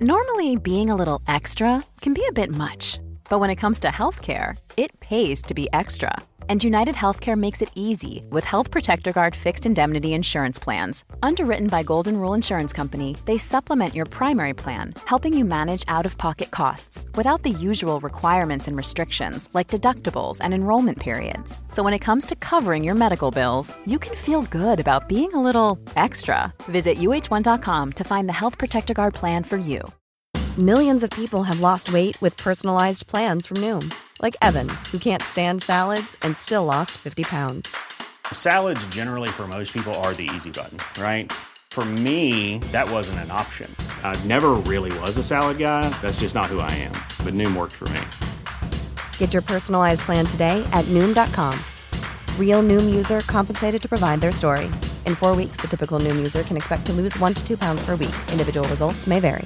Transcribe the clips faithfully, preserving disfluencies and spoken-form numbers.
Normally, being a little extra can be a bit much, but when it comes to healthcare, it pays to be extra. And United Healthcare makes it easy with Health Protector Guard fixed indemnity insurance plans. Underwritten by Golden Rule Insurance Company, they supplement your primary plan, helping you manage out-of-pocket costs without the usual requirements and restrictions like deductibles and enrollment periods. So when it comes to covering your medical bills, you can feel good about being a little extra. Visit U H one dot com to find the Health Protector Guard plan for you. Millions of people have lost weight with personalized plans from Noom. Like Evan, who can't stand salads and still lost fifty pounds. Salads generally for most people are the easy button, right? For me, that wasn't an option. I never really was a salad guy. That's just not who I am. But Noom worked for me. Get your personalized plan today at Noom dot com. Real Noom user compensated to provide their story. In four weeks, the typical Noom user can expect to lose one to two pounds per week. Individual results may vary.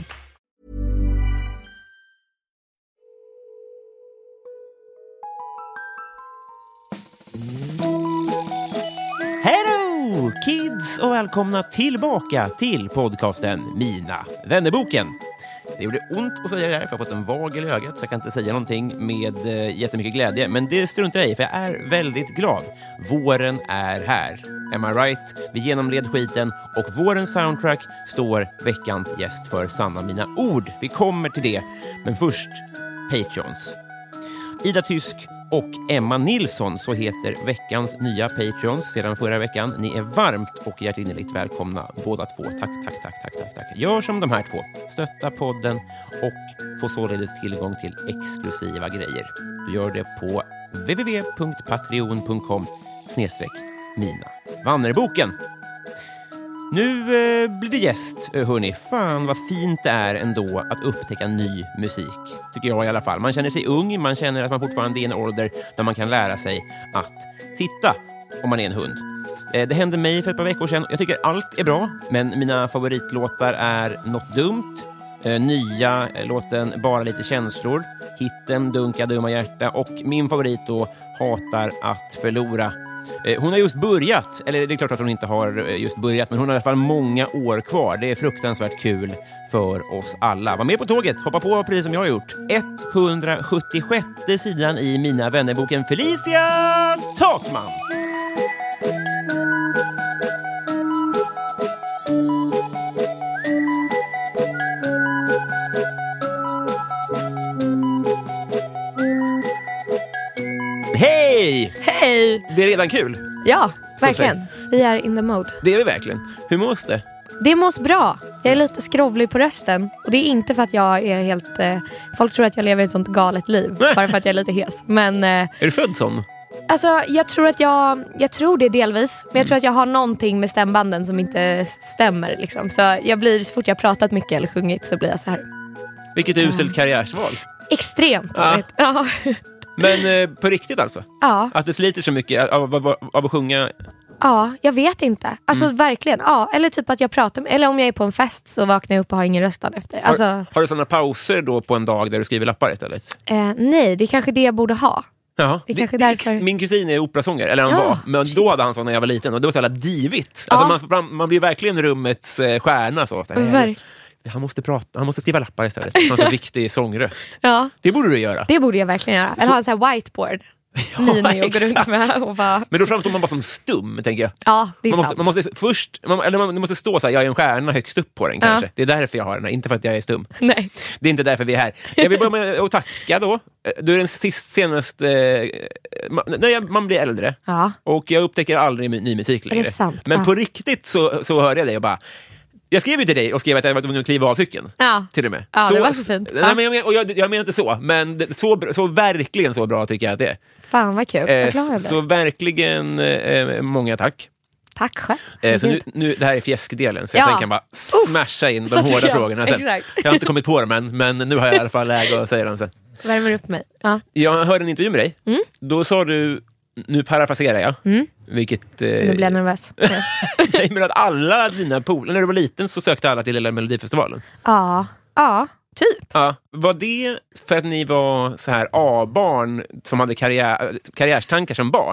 Hello kids och välkomna tillbaka till podcasten Mina vännerboken. Det gjorde ont att säga det här för jag har fått en vagel i ögat så jag kan inte säga någonting med eh, jättemycket glädje. Men det struntar jag i för jag är väldigt glad. Våren är här. Am I right? Vi genomled skiten och vårens soundtrack står veckans gäst för sanna mina ord. Vi kommer till det. Men först Patreons. Ida Tysk och Emma Nilsson så heter veckans nya Patreons sedan förra veckan. Ni är varmt och hjärtinnerligt välkomna båda två. Tack, tack, tack, tack, tack, tack. Gör som de här två. Stötta podden och få således tillgång till exklusiva grejer. Du gör det på w w w punkt patreon punkt com snedstreck mina vannerboken. Nu eh, blir det gäst, hörni. Fan vad fint det är ändå att upptäcka ny musik. Tycker jag i alla fall. Man känner sig ung, man känner att man fortfarande är i en ålder där man kan lära sig att sitta om man är en hund. Eh, det hände mig för ett par veckor sedan. Jag tycker allt är bra, men mina favoritlåtar är Något dumt, eh, nya eh, låten Bara lite känslor, hitten Dunka dumma hjärta och min favorit då Hatar att förlora. Hon har just börjat, eller det är klart att hon inte har just börjat, men hon har i alla fall många år kvar. Det är fruktansvärt kul för oss alla. Var med på tåget, hoppa på precis som jag har gjort. etthundrasjuttiosjätte sidan i Mina vännerboken Felicia Takman. Hej! Hej! Det är redan kul. Ja, verkligen. Vi är in the mode. Det är vi verkligen. Hur mås det? Det mås bra. Jag är lite skrovlig på rösten. Och det är inte för att jag är helt... Eh, folk tror att jag lever ett sånt galet liv. Bara för att jag är lite hes. Men... Eh, är du född sån? Alltså, jag tror att jag... Jag tror det delvis. Men jag tror att jag har någonting med stämbanden som inte stämmer. Liksom. Så jag blir... Så fort jag har pratat mycket eller sjungit så blir jag så här. Vilket uselt karriärsval. Extremt. Ja. Ja. Men eh, på riktigt alltså? Ja. Att det sliter så mycket av, av, av, av att sjunga? Ja, jag vet inte. Alltså Mm. verkligen. Ja, eller typ att jag pratar med, eller om jag är på en fest så vaknar jag upp och har ingen röst dagen efter. Alltså, har, har du sådana pauser då på en dag där du skriver lappar istället? Eh, nej, det är kanske det jag borde ha. Jaha. Det är kanske det, därför. Min kusin är operasångare, eller han Ja, var. Men shit. då hade han så när jag var liten och det var så jävla divigt. Alltså Ja. man, man blir verkligen rummets eh, stjärna. Så. Verkligen. Han måste prata, han måste skriva lappar istället. Han har så viktig sångröst. Ja, Det borde du göra. det borde jag verkligen göra. Eller ha en sån här whiteboard. Mini och gå runt med och bara... Men då framstår man bara som stum, tänker jag. Ja, det är Man sant. måste, man måste först, man, eller man måste stå så här, jag är en stjärna högst upp på den kanske. Ja. Det är därför jag har den här, inte för att jag är stum. Nej. Det är inte därför vi är här. Jag vill börja med att tacka då. Du är den sist senaste... Eh, man, nej, man blir äldre. Ja. Och jag upptäcker aldrig ny musik längre. Är det sant? Men Ja. på riktigt så, så hörde jag dig och bara... Jag skrev ju till dig och skrev att jag var tvungen att kliva av cykeln. Ja. Till och med. Ja, det var så fint. Nej, Ja. men jag, men, och jag, jag menar inte så, men det, så, så verkligen så bra tycker jag att det är. Fan vad kul. Eh, Vad glad jag så, så blir. verkligen eh, många tack. Tack själv. Eh, så nu, Herregud. nu, det här är fjäskdelen, så jag Ja. sen kan bara smasha in Så de att hårda jag- frågorna sen. exakt. Jag har inte kommit på dem än, men nu har jag i alla fall läge att säga dem sen. Värmer upp mig. Ja. Jag hörde en intervju med dig. Mm. Då sa du, nu parafraserar jag, Mm. vilket... Eh, Nu blir jag nervös. nej, men att alla dina polare, när du var liten så sökte alla till Lilla Melodifestivalen. Ja. Ja, typ. Ja. Var det för att ni var så här A-barn som hade karriär, karriärstankar som barn?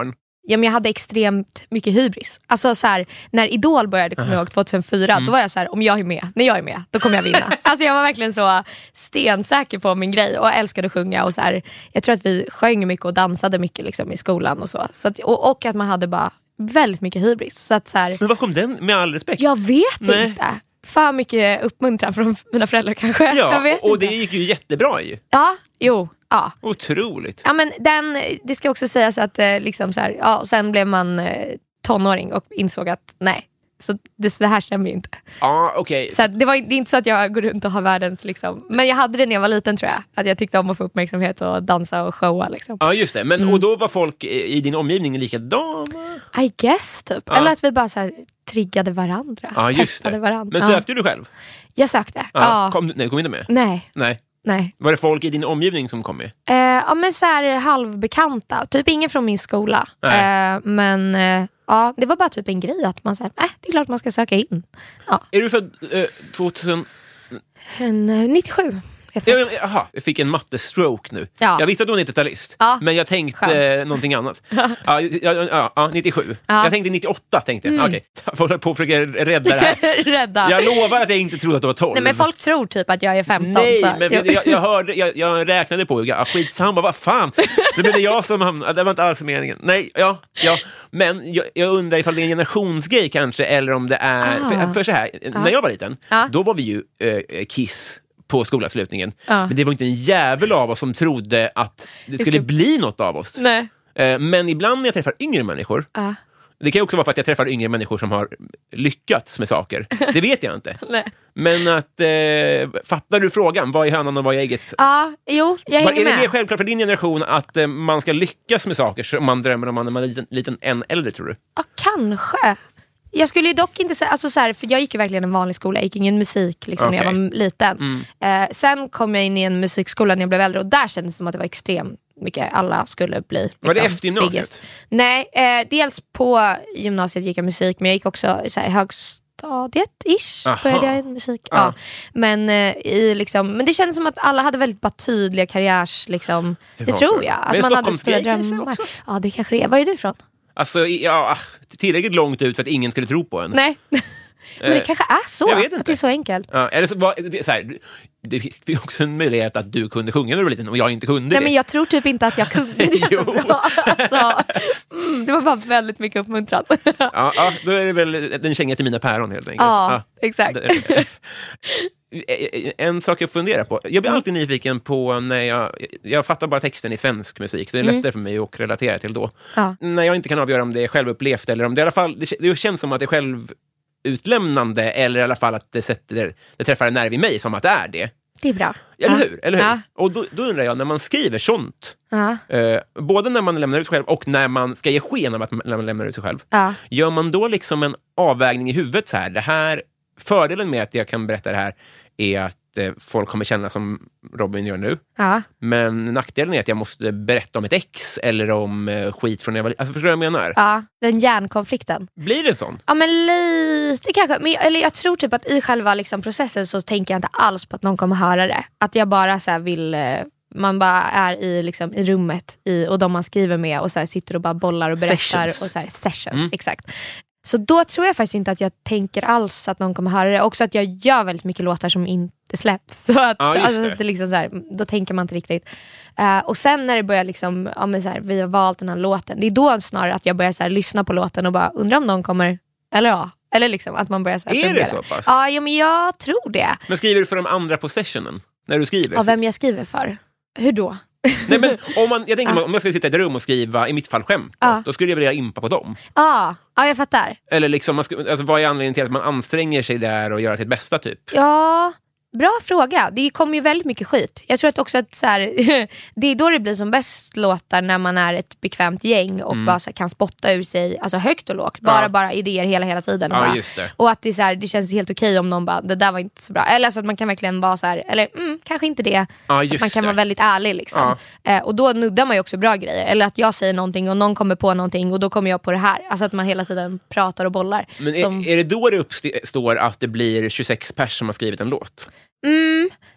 ja, men jag hade extremt mycket hybris. Alltså så här, när Idol började, kommer jag ihåg, tjugohundrafyra, mm. då var jag så här, om jag är med, när jag är med, då kommer jag vinna. Alltså jag var verkligen så stensäker på min grej och älskade att sjunga. Och så här, jag tror att vi sjöng mycket och dansade mycket liksom, i skolan och så. så att, och, och att man hade bara väldigt mycket hybris. Så att, så här, men var kom den, med all respekt? Jag vet Nej. inte. För mycket uppmuntran från mina föräldrar kanske. Ja, jag vet och inte. det gick ju jättebra ju. Ja, jo. Ja. Otroligt. Ja, men den, det ska också sägas att eh, liksom så här, ja, och sen blev man eh, tonåring och insåg att nej, så det, det här stämmer ju inte. Ja, okej. Okay. Så det, var, det är inte så att jag går runt och har världens liksom, men jag hade det när jag var liten, tror jag. Att jag tyckte om att få uppmärksamhet och dansa och showa liksom. Ja, just det. Men, mm. och då var folk i din omgivning likadana? I guess typ. Ja. Eller att vi bara så här triggade varandra. Ja, just det. Varandra. Men sökte ja. du själv? Jag sökte, ja. ja. Kom, nej, kom inte med? Nej. Nej. Nej. Var det folk i din omgivning som kom med? Eh, ja, men så här halvbekanta. Typ ingen från min skola. Eh, men eh, ja, det var bara typ en grej att man säger, äh, det är klart man ska söka in. Ja. Är du född eh, tvåtusen? En, eh, nittiosju. Jag, jag, aha, jag fick en matte-stroke nu. Ja. Jag visste att du var nittiotalist, ja. men jag tänkte eh, någonting annat. ja, ja, ja, ja, nittiosju. Ja. Jag tänkte nittioåtta, tänkte jag. Mm. Okej, jag får på att försöka rädda det här. Rädda. Jag lovar att jag inte trodde att du var tolv. Nej, men folk tror typ att jag är femton. Nej, så. men jag, jag, hörde, jag, jag räknade på, ja, skitsamma, vad fan. Det blev det jag som hamnade, det var inte alls meningen. Nej, ja, ja. Men jag, jag undrar ifall det är en generationsgrej kanske, eller om det är... Ah. För, för så här, ah. när jag var liten, ah. då var vi ju äh, Kiss på skolavslutningen. Ja. Men det var inte en jävel av oss som trodde att det skulle ska... bli något av oss. Nej. Eh, men ibland när jag träffar yngre människor, ja. det kan ju också vara för att jag träffar yngre människor som har lyckats med saker. Det vet jag inte. Nej. Men att, eh, fattar du frågan? Vad är hönan och vad är ägget? Ja, jo, jag hänger Är det med. mer självklart för din generation att eh, man ska lyckas med saker som man drömmer om när man är liten, liten än äldre, tror du? Ja, kanske. Jag skulle ju dock inte säga, alltså så här, för jag gick ju verkligen en vanlig skola, jag gick ingen musik liksom, okay. när jag var liten. Mm. Eh, sen kom jag in i en musikskola när jag blev äldre och där kändes det som att det var extremt mycket alla skulle bli. Liksom, var det efter gymnasiet? Biggest. Nej, eh, dels på gymnasiet gick jag musik, men jag gick också så här, högstadiet-ish började jag i musik. Ah. Ja. Men, eh, i, liksom, men det kändes som att alla hade väldigt bara tydliga karriärs, liksom, det, det tror jag. Att men man hade stora drömmar. Ja, det kanske det är. Var är du ifrån? Alltså, ja, tillräckligt långt ut för att ingen skulle tro på en. Nej, men det kanske är så. Jag vet inte. Att det är så enkelt. Ja, eller så, var, det, så här, det finns också en möjlighet att du kunde sjunga när du var liten och jag inte kunde Nej, det. men jag tror typ inte att jag kunde det så bra. Alltså, mm, det var bara väldigt mycket uppmuntran. Ja, ja, då är det väl en känga till mina päron helt enkelt. Ja, ja. Exakt. En sak jag funderar på. Jag blir alltid nyfiken på när jag... Jag fattar bara texten i svensk musik. Så det är lättare mm. för mig att relatera till då. Ja. När jag inte kan avgöra om det är självupplevt eller om det i alla fall... Det, det känns som att det är självutlämnande eller i alla fall att det, sätter, det träffar en nerv i mig som att det är det. Det är bra. Eller ja. hur? Eller hur? Ja. Och då, då undrar jag, när man skriver sånt, ja. eh, både när man lämnar ut sig själv och när man ska ge sken av att man lämnar ut sig själv, ja. gör man då liksom en avvägning i huvudet så här, det här, fördelen med att jag kan berätta det här är att eh, folk kommer känna som Robin gör nu. Ja. Men nackdelen är att jag måste berätta om ett ex eller om eh, skit från när jag var... Alltså, förstår du vad jag menar? Ja, den hjärnkonflikten. Blir det sån? Ja, men lite kanske. Men, eller jag tror typ att i själva liksom, processen så tänker jag inte alls på att någon kommer höra det. Att jag bara så här, vill... Eh, man bara är i, liksom, i rummet i, och de man skriver med och så här, sitter och bara bollar och berättar. Sessions. Och så här, sessions, mm. exakt. Så då tror jag faktiskt inte att jag tänker alls att någon kommer höra det. Också att jag gör väldigt mycket låtar som inte släpps. Så att, ja, alltså, det. Det liksom så här, då tänker man inte riktigt. Uh, och sen när det börjar liksom, ja, men så här, vi har valt den här låten. Det är då snarare att jag börjar så här, lyssna på låten och bara undrar om någon kommer, eller ja. Eller liksom att man börjar så här, är fundera. Det så pass? Ja, ja, men jag tror det. Men skriver du för de andra på sessionen? När du skriver? Ja, vem jag skriver för. Hur då? Nej, men om, man, jag tänker, ja. om jag skulle sitta i ett rum och skriva, i mitt fall skämt, då, ja. då skulle jag vilja impa på dem. Ja, ja, jag fattar. Eller liksom, man skulle, alltså, vad är anledningen till att man anstränger sig där och gör sitt bästa typ? Ja, bra fråga. Det kommer ju väldigt mycket skit. Jag tror att också att så här, det är då det blir som bäst låtar när man är ett bekvämt gäng och mm. bara så här, kan spotta ur sig alltså högt och lågt. Bara, ja. bara idéer hela hela tiden. Och, ja, bara, just det. och att det, så här, det känns helt okej om någon bara, det där var inte så bra. Eller så att man kan verkligen vara så här, eller mm, kanske inte det. Ja, just att man kan det. vara väldigt ärlig liksom. Ja. Eh, och då nuddar man ju också bra grejer. Eller att jag säger någonting och någon kommer på någonting och då kommer jag på det här. Alltså att man hela tiden pratar och bollar. Men som... är, är det då det uppstår att det blir tjugosex pers som har skrivit en låt? Mm,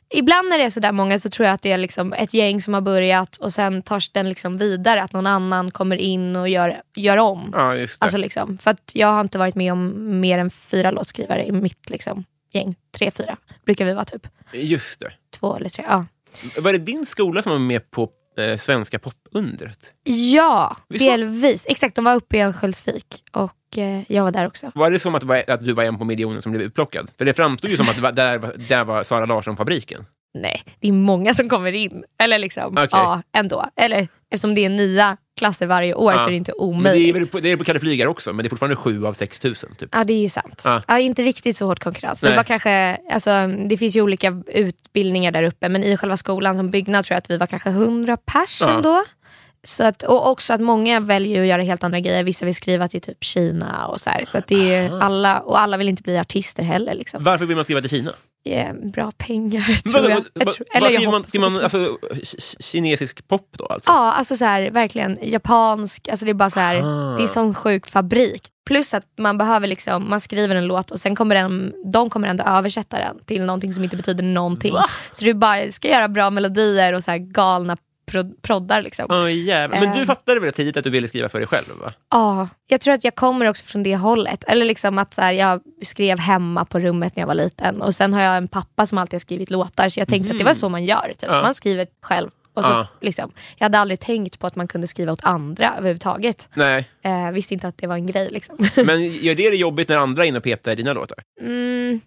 ibland när det är så där många så tror jag att det är liksom ett gäng som har börjat och sen tar den liksom vidare, att någon annan kommer in och gör, gör om. Ja, just det. Alltså liksom, för att jag har inte varit med om mer än fyra låtskrivare i mitt liksom, gäng. Tre, fyra brukar vi vara typ. Just det. Två eller tre, ja. Var det din skola som var med på eh, Svenska popundret? Ja, Visst var- delvis. Exakt, de var uppe i Örnsköldsvik och eh, jag var där också. Var det som att, det var, att du var en på miljonen som blev utplockad? För det framstod ju som att det var, där, var- där var Sara Larsson-fabriken. Nej, det är många som kommer in. Eller liksom, Okej. ja, ändå. Eller eftersom det är nya klasser varje år Ja. så är det inte Men det är omöjligt. väl på, det är på Kalle Flygar också, men det är fortfarande sju av sex tusen typ. Ja, det är ju sant. Ja. Ja. Inte riktigt så hård konkurrens. Vi Nej. var kanske, alltså, det finns ju olika utbildningar där uppe, men i själva skolan som byggnad tror jag att vi var kanske hundra pers Ja. ändå. Så att, och också att många väljer att göra helt andra grejer. Vissa vill skriva till typ Kina och så här. Så att det är alla, och alla vill inte bli artister heller. Liksom. Varför vill man skriva till Kina? Yeah, bra pengar Vad- tror jag. vad- jag vad- tror, vad eller jag skriver man, hoppas skriver man att- alltså, ki- kinesisk pop då alltså? Ja, alltså så här, verkligen japansk, alltså det är bara så här, Ah. det är sån sjuk fabrik. Plus att man behöver liksom, man skriver en låt och sen kommer den, de kommer ändå översätta den till någonting som inte betyder någonting. Va? Så du bara ska göra bra melodier och så här galna prod- proddar liksom. Ja, Oh, jävlar. Men du Eh. fattade väl tidigt att du ville skriva för dig själv, va? jag tror att jag kommer också från det hållet. Eller liksom att så här, jag skrev hemma på rummet när jag var liten. Och sen har jag en pappa som alltid har skrivit låtar. Så jag tänkte att det var så man gör. Typ. Ja. Man skriver själv. Och så, Ja. liksom, jag hade aldrig tänkt på att man kunde skriva åt andra överhuvudtaget. Nej. Eh, visste inte att det var en grej liksom. Men gör det det jobbigt när andra är inne och petar i dina låtar? Mm.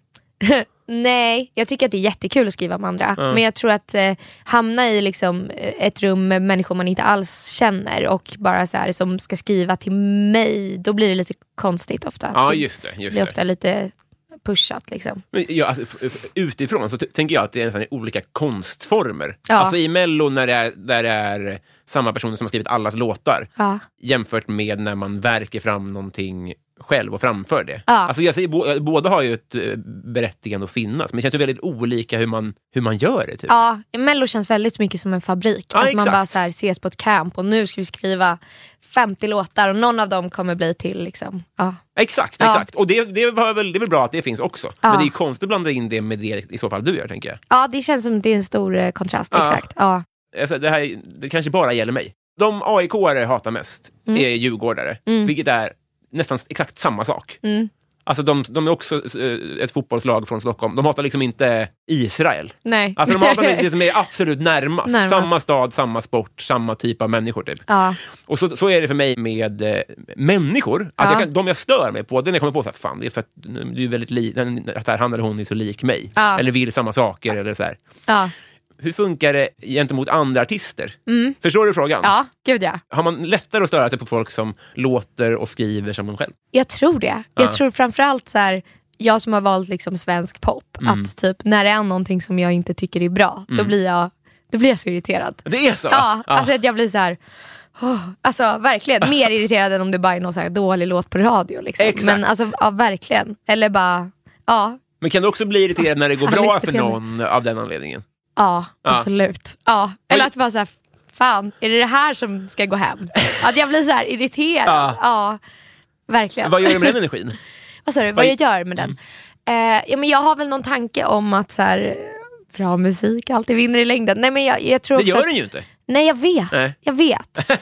Nej, jag tycker att det är jättekul att skriva med andra. Ja. Men jag tror att eh, hamna i liksom, eh, ett rum med människor man inte alls känner och bara så här, som ska skriva till mig, då blir det lite konstigt ofta. Ja, det, just det. Just det är det. ofta lite pushat liksom. Men, ja, alltså, f- f- utifrån så t- tänker jag att det är nästan olika konstformer. Ja. Alltså i Mello när det, är, där det är samma personer som har skrivit allas låtar Ja. jämfört med när man verkar fram någonting själv och framför det. Ja. Alltså jag säger, bo, båda har ju ett eh, berättigande att finnas, men det känns ju väldigt olika hur man, hur man gör det. Typ. Ja, Mello känns väldigt mycket som en fabrik. Ja, att man exakt. bara så här, ses på ett camp och nu ska vi skriva femtio låtar och någon av dem kommer bli till liksom. Ja. Exakt, Ja. exakt. Och det, det, var väl, det är väl bra att det finns också. Ja. Men det är konstigt att blanda in det med det i så fall du gör, tänker jag. Ja, det känns som det är en stor eh, kontrast. Ja. Exakt. Ja. Alltså, det, här, det kanske bara gäller mig. De A I K-are hatar mest Mm. är djurgårdare, vilket är nästan exakt samma sak. Mm. Alltså de, de är också eh, ett fotbollslag från Stockholm. De hatar liksom inte Israel. Nej. Alltså de hatar det som är absolut närmast. Närmast. Samma stad, samma sport, samma typ av människor typ. Ja. Och så, så är det för mig med eh, människor. Att Ja. jag kan, de jag stör mig på, det är när jag kommer på så här, fan, det är för att du är väldigt li, att här, han eller hon är så lik mig. Ja. Eller vill samma saker eller så här. Ja. Hur funkar det gentemot andra artister? Förstår du frågan? Ja, gud ja. Har man lättare att störa sig på folk som låter och skriver som de själv? Jag tror det. Ja. Jag tror framförallt så här, jag som har valt liksom svensk pop, Mm. att typ när det är någonting som jag inte tycker är bra, då blir jag då blir jag så irriterad. Det är så? Ja, alltså att jag blir så här. Oh, alltså verkligen mer irriterad än om det bara är någon så här dålig låt på radio liksom. Exakt. Men alltså ja, verkligen. Eller bara ja, Men kan du också bli irriterad när det går Härligt bra för beteende. någon av den anledningen? ja, Ja. absolut. Ja, eller att bara så här, fan, är det det här som ska gå hem? Att jag blir så här irriterad. Ja. Ja, verkligen. Vad gör du med den energin? Vad sa du? Vad- Vad jag gör med den? Eh, ja, men jag har väl någon tanke om att så här, bra musik alltid vinner i längden. Nej, men jag, jag tror Det också gör att, den ju inte. Nej, jag vet. Nej. Jag vet.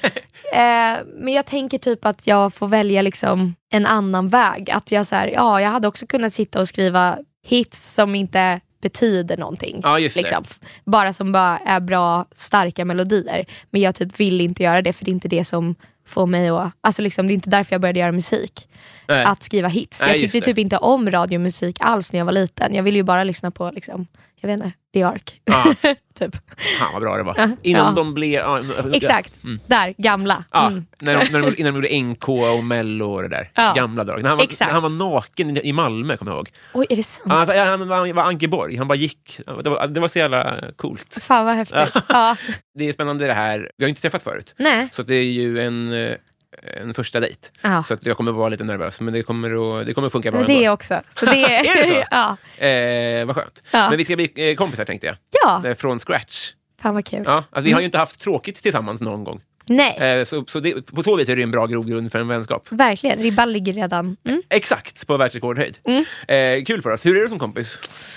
eh, men jag tänker typ att jag får välja liksom en annan väg. Att jag så här, ja, jag hade också kunnat sitta och skriva hits som inte betyder någonting. Ja, just det. Liksom. Bara som bara är bra, starka melodier. Men jag typ vill inte göra det, för det är inte det som får mig att... Alltså liksom, det är inte därför jag började göra musik. Nej. Att skriva hits. Nej, jag just tyckte det. typ inte om radiomusik alls när jag var liten. Jag ville ju bara lyssna på liksom, jag vet inte, The Ark. Ja. typ. Fan vad bra det var. Ja. Innan Ja. de blev... Ja, Exakt, där, gamla. Ja, Mm. när, de, när de, innan de gjorde N K och Mello och det där. Ja. Gamla dagar. När han var, Exakt. när han var naken i, i Malmö, kommer jag ihåg. Oj, är det sant? Han, han, han var Ankeborg. Han bara gick. Det var, det var så jävla coolt. Fan vad häftigt. Ja. Det är spännande det här. Vi har inte träffat förut. Nej. Så det är ju en, eh, en första dejt. Ja. Så att jag kommer vara lite nervös. Men det kommer att, det kommer att funka bra Men det ändå. är också. Så det är, Är det så? ja. Eh, vad skönt. Ja. Men vi ska bli eh, kompisar, tänkte jag. Ja, Eh, Från scratch. fan vad kul. Ja, alltså, vi har ju inte haft tråkigt tillsammans någon gång. Nej, Eh, så så det, på så vis är det en bra grogrund för en vänskap. verkligen. Ribban ligger redan. Mm. Exakt, på världsrekordhöjd. Eh, kul för oss. Hur är du som kompis?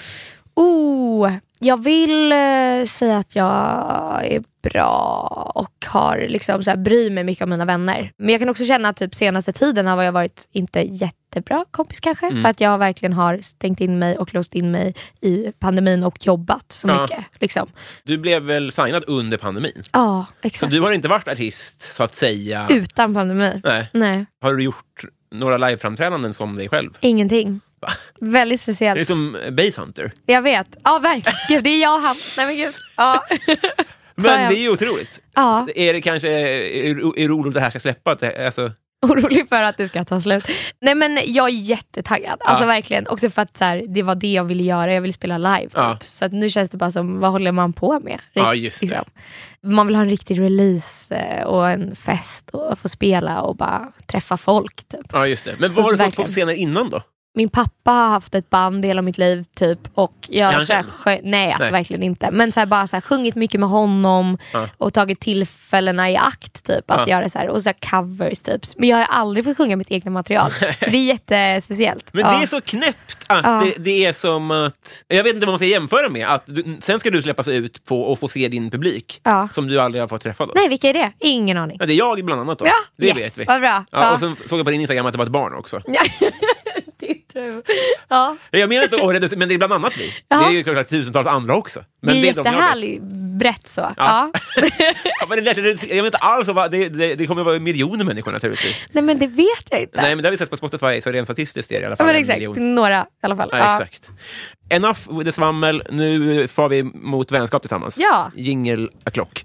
Oh, jag vill eh, säga att jag är bra och har liksom så här, bryr mig mycket om mina vänner. Men jag kan också känna att typ senaste tiden har jag varit inte jättebra kompis kanske. Mm. För att jag verkligen har stängt in mig och låst in mig i pandemin och jobbat så ja. mycket. Liksom. Du blev väl signad under pandemin? Ja, exakt. Så du har inte varit artist så att säga? Utan pandemi? Nej. Nej. Har du gjort några liveframträdanden som dig själv? Ingenting. Va? Väldigt speciellt. Det är som Basshunter. Jag vet. Ja, verkligen. Gud, det är jag och han. Nej men gud. Ja. Men det är ju otroligt. Ja. Är det kanske är, är roligt att det här ska släppa? Alltså... Orolig för att det ska ta slut. Nej men jag är jättetaggad. Ja. Alltså verkligen. Också för att så här, det var det jag ville göra. Jag ville spela live typ. Ja. Så att nu känns det bara som, vad håller man på med? Ja, just det. Liksom. Man vill ha en riktig release och en fest och få spela och bara träffa folk typ. Ja just det. Men vad har du fått på scener innan då? Min pappa har haft ett band hela mitt liv typ och jag han sjö, nej alltså nej. verkligen inte men så här, bara så här, sjungit mycket med honom ja. och tagit tillfällena i akt typ att ja. göra så här och så här covers typ. Men jag har aldrig fått sjunga mitt egna material. Så det är jättespeciellt. Men ja. det är så knäppt att ja. det, det är som att jag vet inte vad man ska jämföra med att du, sen ska du släppas ut på och få se din publik ja. som du aldrig har fått träffa då. Nej, vilka är det? Ingen aning. Ja, det är jag bland annat då. Ja, det yes. vet vi. Vad bra. Ja, ja. Och sen såg jag på din Instagram att det var ett barn också. Ja. Ja. Jag menar inte att reducera, men det är bland annat vi. Ja. Det är ju klart tusentals andra också. Men det är det jättehärligt brett så. Ja. Ja. Ja, men det är lätt, jag vet inte alls, det, det, det kommer att vara miljoner människor naturligtvis. Nej men det vet jag inte. Nej men det har vi sett på Spotify så rent statistiskt är det i alla fall. Ja, men exakt, några i alla fall. Ja, ja. Exakt. Enough with the svammel, nu får vi mot vänskap tillsammans. Ja. Jingle a clock.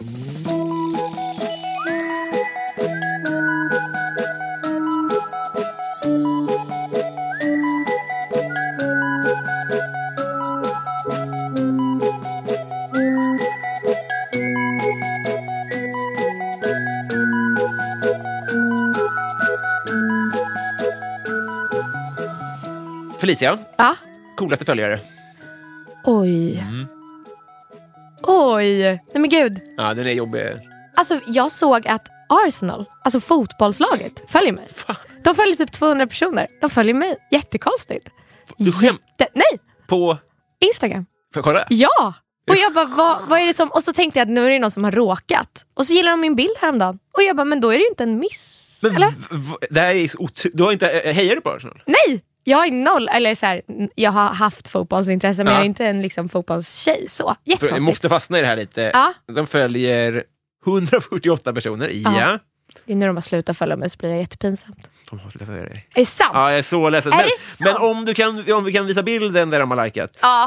Felicia, ja? Coolaste följare. Oj. Mm. Oj. Nej men gud. Ja, den är jobbig. Alltså jag såg att Arsenal, alltså fotbollslaget, följer mig. Fan. De följer typ tvåhundra personer. De följer mig. Jättekonstigt. Du skäm... Jätte... Nej. På Instagram. Får jag kolla? Ja. Och jag bara, vad, vad är det som... Och så tänkte jag att nu är det någon som har råkat. Och så gillar de min bild häromdagen. Och jag bara, men då är det ju inte en miss. Men eller? V- v- det här är så otro... Du har inte... Hejar du på Arsenal? Nej. Jag är noll, eller så här, jag har haft fotbollsintresse men ja. jag är inte en liksom, fotbollstjej så. Jättekonstigt. Jag måste fastna i det här lite. Ja. De följer hundrafyrtioåtta personer. Ja. ja. Det är när de har slutat följa mig så blir det jättepinsamt. De har slutat följa dig. Är det sant? Ja, jag är så ledsen. Är Men, det sant? men om du kan om vi kan visa bilden där de har likat. Ja.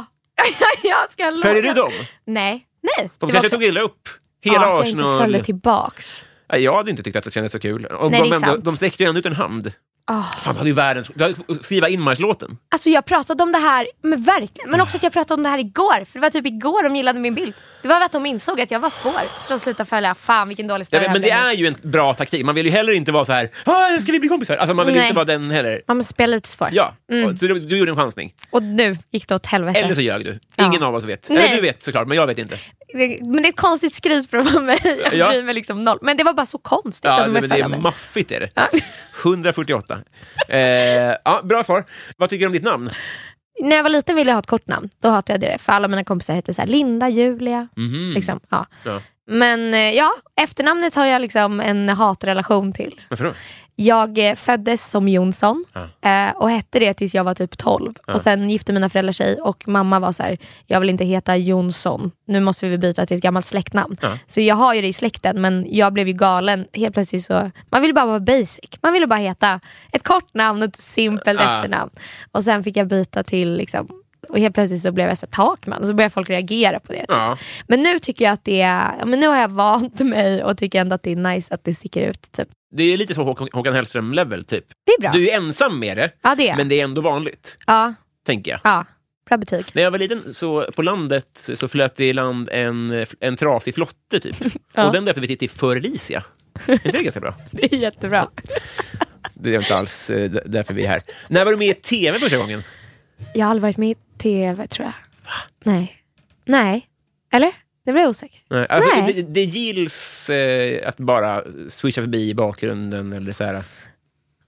jag ska låta. Följer du dem? Nej. Nej. De kanske också... tog illa upp. Hela ja, Arsenal. Arsenal. Ja, jag inte följde tillbaks. Nej, jag hade inte tyckt att det kändes så kul. Om Nej, de, det är sant. De sträckte ju ändå ut en hand. Oh. Fan, du hade ju världens... Du hade skriva inmarschlåten. Alltså jag pratade om det här, men verkligen. Men också att jag pratade om det här igår. För det var typ igår de gillade min bild. Det var att de insåg att jag var svår. Så de slutade följa. Fan vilken dålig story. Ja, men det är ju en bra taktik. Man vill ju heller inte vara så här. Ah, ska vi bli kompisar? Alltså man vill Nej. inte vara den heller. Man måste spela lite svår. Ja, mm. så du, du gjorde en chansning. Och nu gick det åt helvete. Eller så ljög du. Ingen ja. av oss vet. Nej. Eller du vet såklart, men jag vet inte. Men det är ett konstigt skryt för att vara mig. Jag ja. bryr mig liksom noll. Men det var bara så konstigt. Ja, att nej, men det är mig. Maffigt är det. Ja. hundrafyrtioåtta. eh, ja, bra svar. Vad tycker du om ditt namn? När jag var liten ville jag ha ett kort namn. Då hatade jag det. För alla mina kompisar hette så här Linda, Julia. Mm-hmm. Liksom, ja. Ja. Men ja, efternamnet har jag liksom en hatrelation till. Varför då? Jag eh, föddes som Jonsson ja. eh, och hette det tills jag var typ tolv. Ja. Och sen gifte mina föräldrar sig och mamma var så här: jag vill inte heta Jonsson. Nu måste vi byta till ett gammalt släktnamn. Ja. Så jag har ju det i släkten, men jag blev ju galen helt plötsligt. Så man ville bara vara basic. Man ville bara heta ett kort namn och ett simpelt ja. efternamn. Och sen fick jag byta till liksom, och helt plötsligt så blev jag så här Takman. Och så började folk reagera på det. Typ. Ja. Men nu tycker jag att det är, ja, men nu har jag vant mig och tycker ändå att det är nice att det sticker ut typ. Det är lite så Håkan, Håkan Hellström-level typ. Det är bra. Du är ensam med det, ja, det är. men det är ändå vanligt. Ja. Tänker jag. Ja, bra betyg. När jag var liten så på landet så flöt det i land en, en trasig flotte typ. Ja. Och den döpte vi till Förlicia. Det är ganska bra. Det är jättebra. Det är inte alls därför vi är här. När var du med i tv första gången? Jag har aldrig varit med i tv, tror jag. Va? Nej. Nej. Eller? Det blir jag osäker. Nej. Alltså, Nej. Det, det gills eh, att bara swisha förbi i bakgrunden eller så här.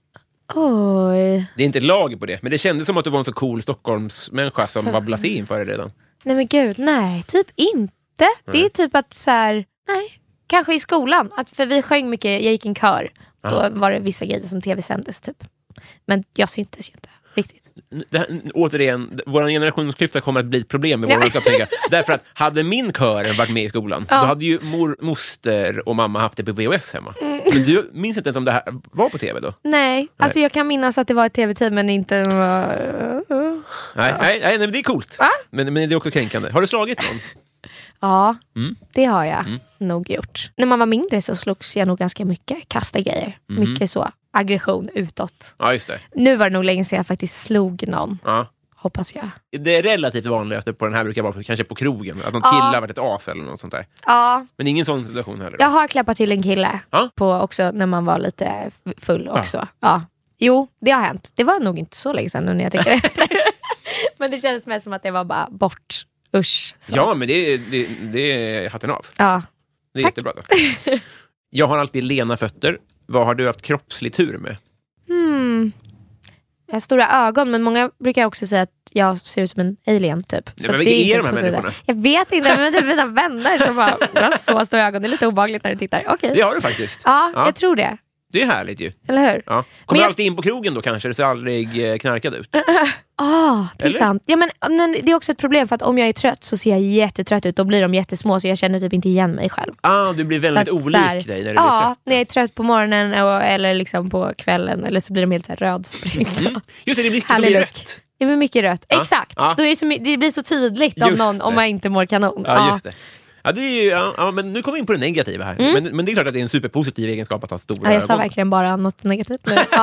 Oj. Det är inte lag på det, men det kändes som att du var en så cool Stockholmsmänniska som Så. var blasé inför det redan. Nej men gud, nej. Typ inte. Nej. Det är typ att så här, nej. Kanske i skolan. Att, för vi sjöng mycket, jag gick i en kör. Aha. Då var det vissa grejer som tv-sändes typ. Men jag syntes ju inte riktigt. Det här, återigen, vår generationsklyfta kommer att bli ett problem med Ja. vår upptäcka. Därför att hade min kör varit med i skolan, Ja. då hade ju mor, moster och mamma haft det på V H S hemma. Mm. Men du minns inte ens om det här var på tv då? Nej, alltså jag kan minnas att det var ett tv-team men inte... Nej, nej, nej, men det är coolt. Va? Men, men det är också kränkande. Har du slagit någon? Ja, Mm. det har jag Mm. nog gjort. När man var mindre så slogs jag nog ganska mycket. Kasta grejer. Mhm. Mycket så. Aggression utåt. Ja, just det. Nu var det nog länge sedan jag faktiskt slog någon. Ja. Hoppas jag. Det relativt vanligaste på den här brukar vara kanske på krogen. Att någon Ja. kille har varit ett as eller något sånt där. Ja, Men ingen sån situation heller. jag har klappat till en kille. Ja. På också när man var lite full också. Ja. Jo, det har hänt. Det var nog inte så länge sedan nu när jag tänker efter. Men det kändes mest som att det var bara bort. Usch. Så. Ja, men det, det, det är hatten av. Ja. Det är Tack. jättebra då. Jag har alltid lena fötter. Vad har du haft kroppslig tur med? Hmm. Jag har stora ögon, men många brukar också säga att jag ser ut som en alien typ. men att vilka det är inte de här på sidan. människorna? Jag vet inte, men det är mina vänner som bara, jag har så stora ögon. Det är lite obehagligt när du tittar. Okej. Det har du faktiskt. Ja, Ja. jag tror det. Det är härligt ju. Eller hur? Ja. Men Kommer du jag- alltid in på krogen då kanske? Det ser aldrig eh, knarkad ut. Ah, det är Eller? sant. Ja, men, men det är också ett problem för att om jag är trött så ser jag jättetrött ut. Då blir de jättesmå så jag känner typ inte igen mig själv. Ah, du blir väldigt Så att, olik så här, dig när du ja, blir trött. när jag är trött på morgonen och, eller liksom på kvällen. Eller så blir de helt så här rödsprängda. Mm. Just det, det blir mycket som Härlig blir look. rött. Ja, men mycket rött. Ja, Exakt. ja. Då är det, så, my- det blir så tydligt om, Just någon, det. om man inte mår kanon. Ja, just det. Ja, det är ju, ja, ja, men nu kommer vi in på det negativa här. Mm. Men, men det är klart att det är en superpositiv egenskap att ha stora Ja, jag sa ögon. verkligen bara något negativt nu. Ja.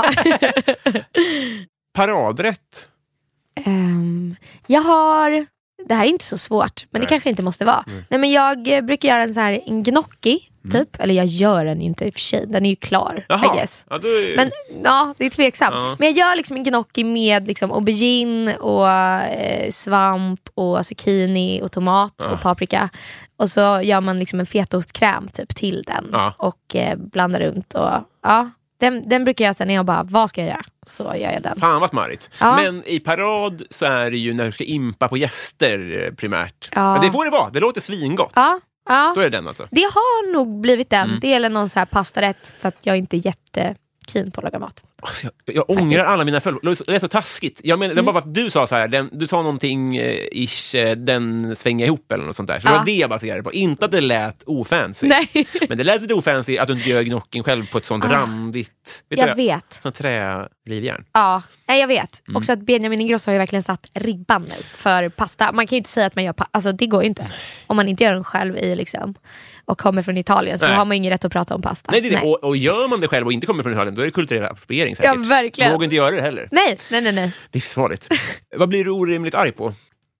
Paradrätt. Ehm, jag har... Det här är inte så svårt, men Nej. det kanske inte måste vara. Nej, men jag eh, brukar göra en så här en gnocchi, typ. Eller jag gör den ju inte i och för sig. Den är ju klar, I Jaha. guess. Ja, då är... Men ja, det är tveksamt. Ja. Men jag gör liksom en gnocchi med liksom aubergine och eh, svamp och zucchini och tomat Ja. och paprika. Och så gör man liksom en fetaostkräm typ till den. Ja. Och eh, blandar runt. Och, ja, den, den brukar jag sen när jag bara, vad ska jag göra? Så gör jag den. Fan vad smarrigt. Ja. Men i parad så är det ju när du ska impa på gäster eh, primärt. Ja. Men det får det vara, det låter svingott. Ja, ja. Då är det den alltså. Det har nog blivit den. Mm. Det eller någon så här pastarätt för att jag inte är jättekeen på att laga mat. Alltså, jag jag ångrar alla mina följder. Det är så taskigt. Jag menar, det var bara för att du sa så här, den, du sa någonting eh, ish, eh, den svänger ihop eller något sånt där. Så det Ja. var det jag baserade på. Inte att det lät ofancy. Nej, Men det lät lite ofancy att du inte gör gnockin själv på ett sånt Ah. randigt... Vet jag du, vet. sånt trärivjärn. Ja, nej, jag vet. Mm. Också att Benjamin Ingrosso har ju verkligen satt ribban nu för pasta. Man kan ju inte säga att man gör pasta. Alltså det går ju inte. Om man inte gör den själv i liksom och kommer från Italien så Nej. har man ingen rätt att prata om pasta. Nej, det är det. Och, och gör man det själv och inte kommer från Italien, då är det kulturell appropriering säkert. Ja, verkligen. Vågar inte göra det heller. Nej, nej, nej, nej. Livsfarligt. Vad blir du orimligt arg på?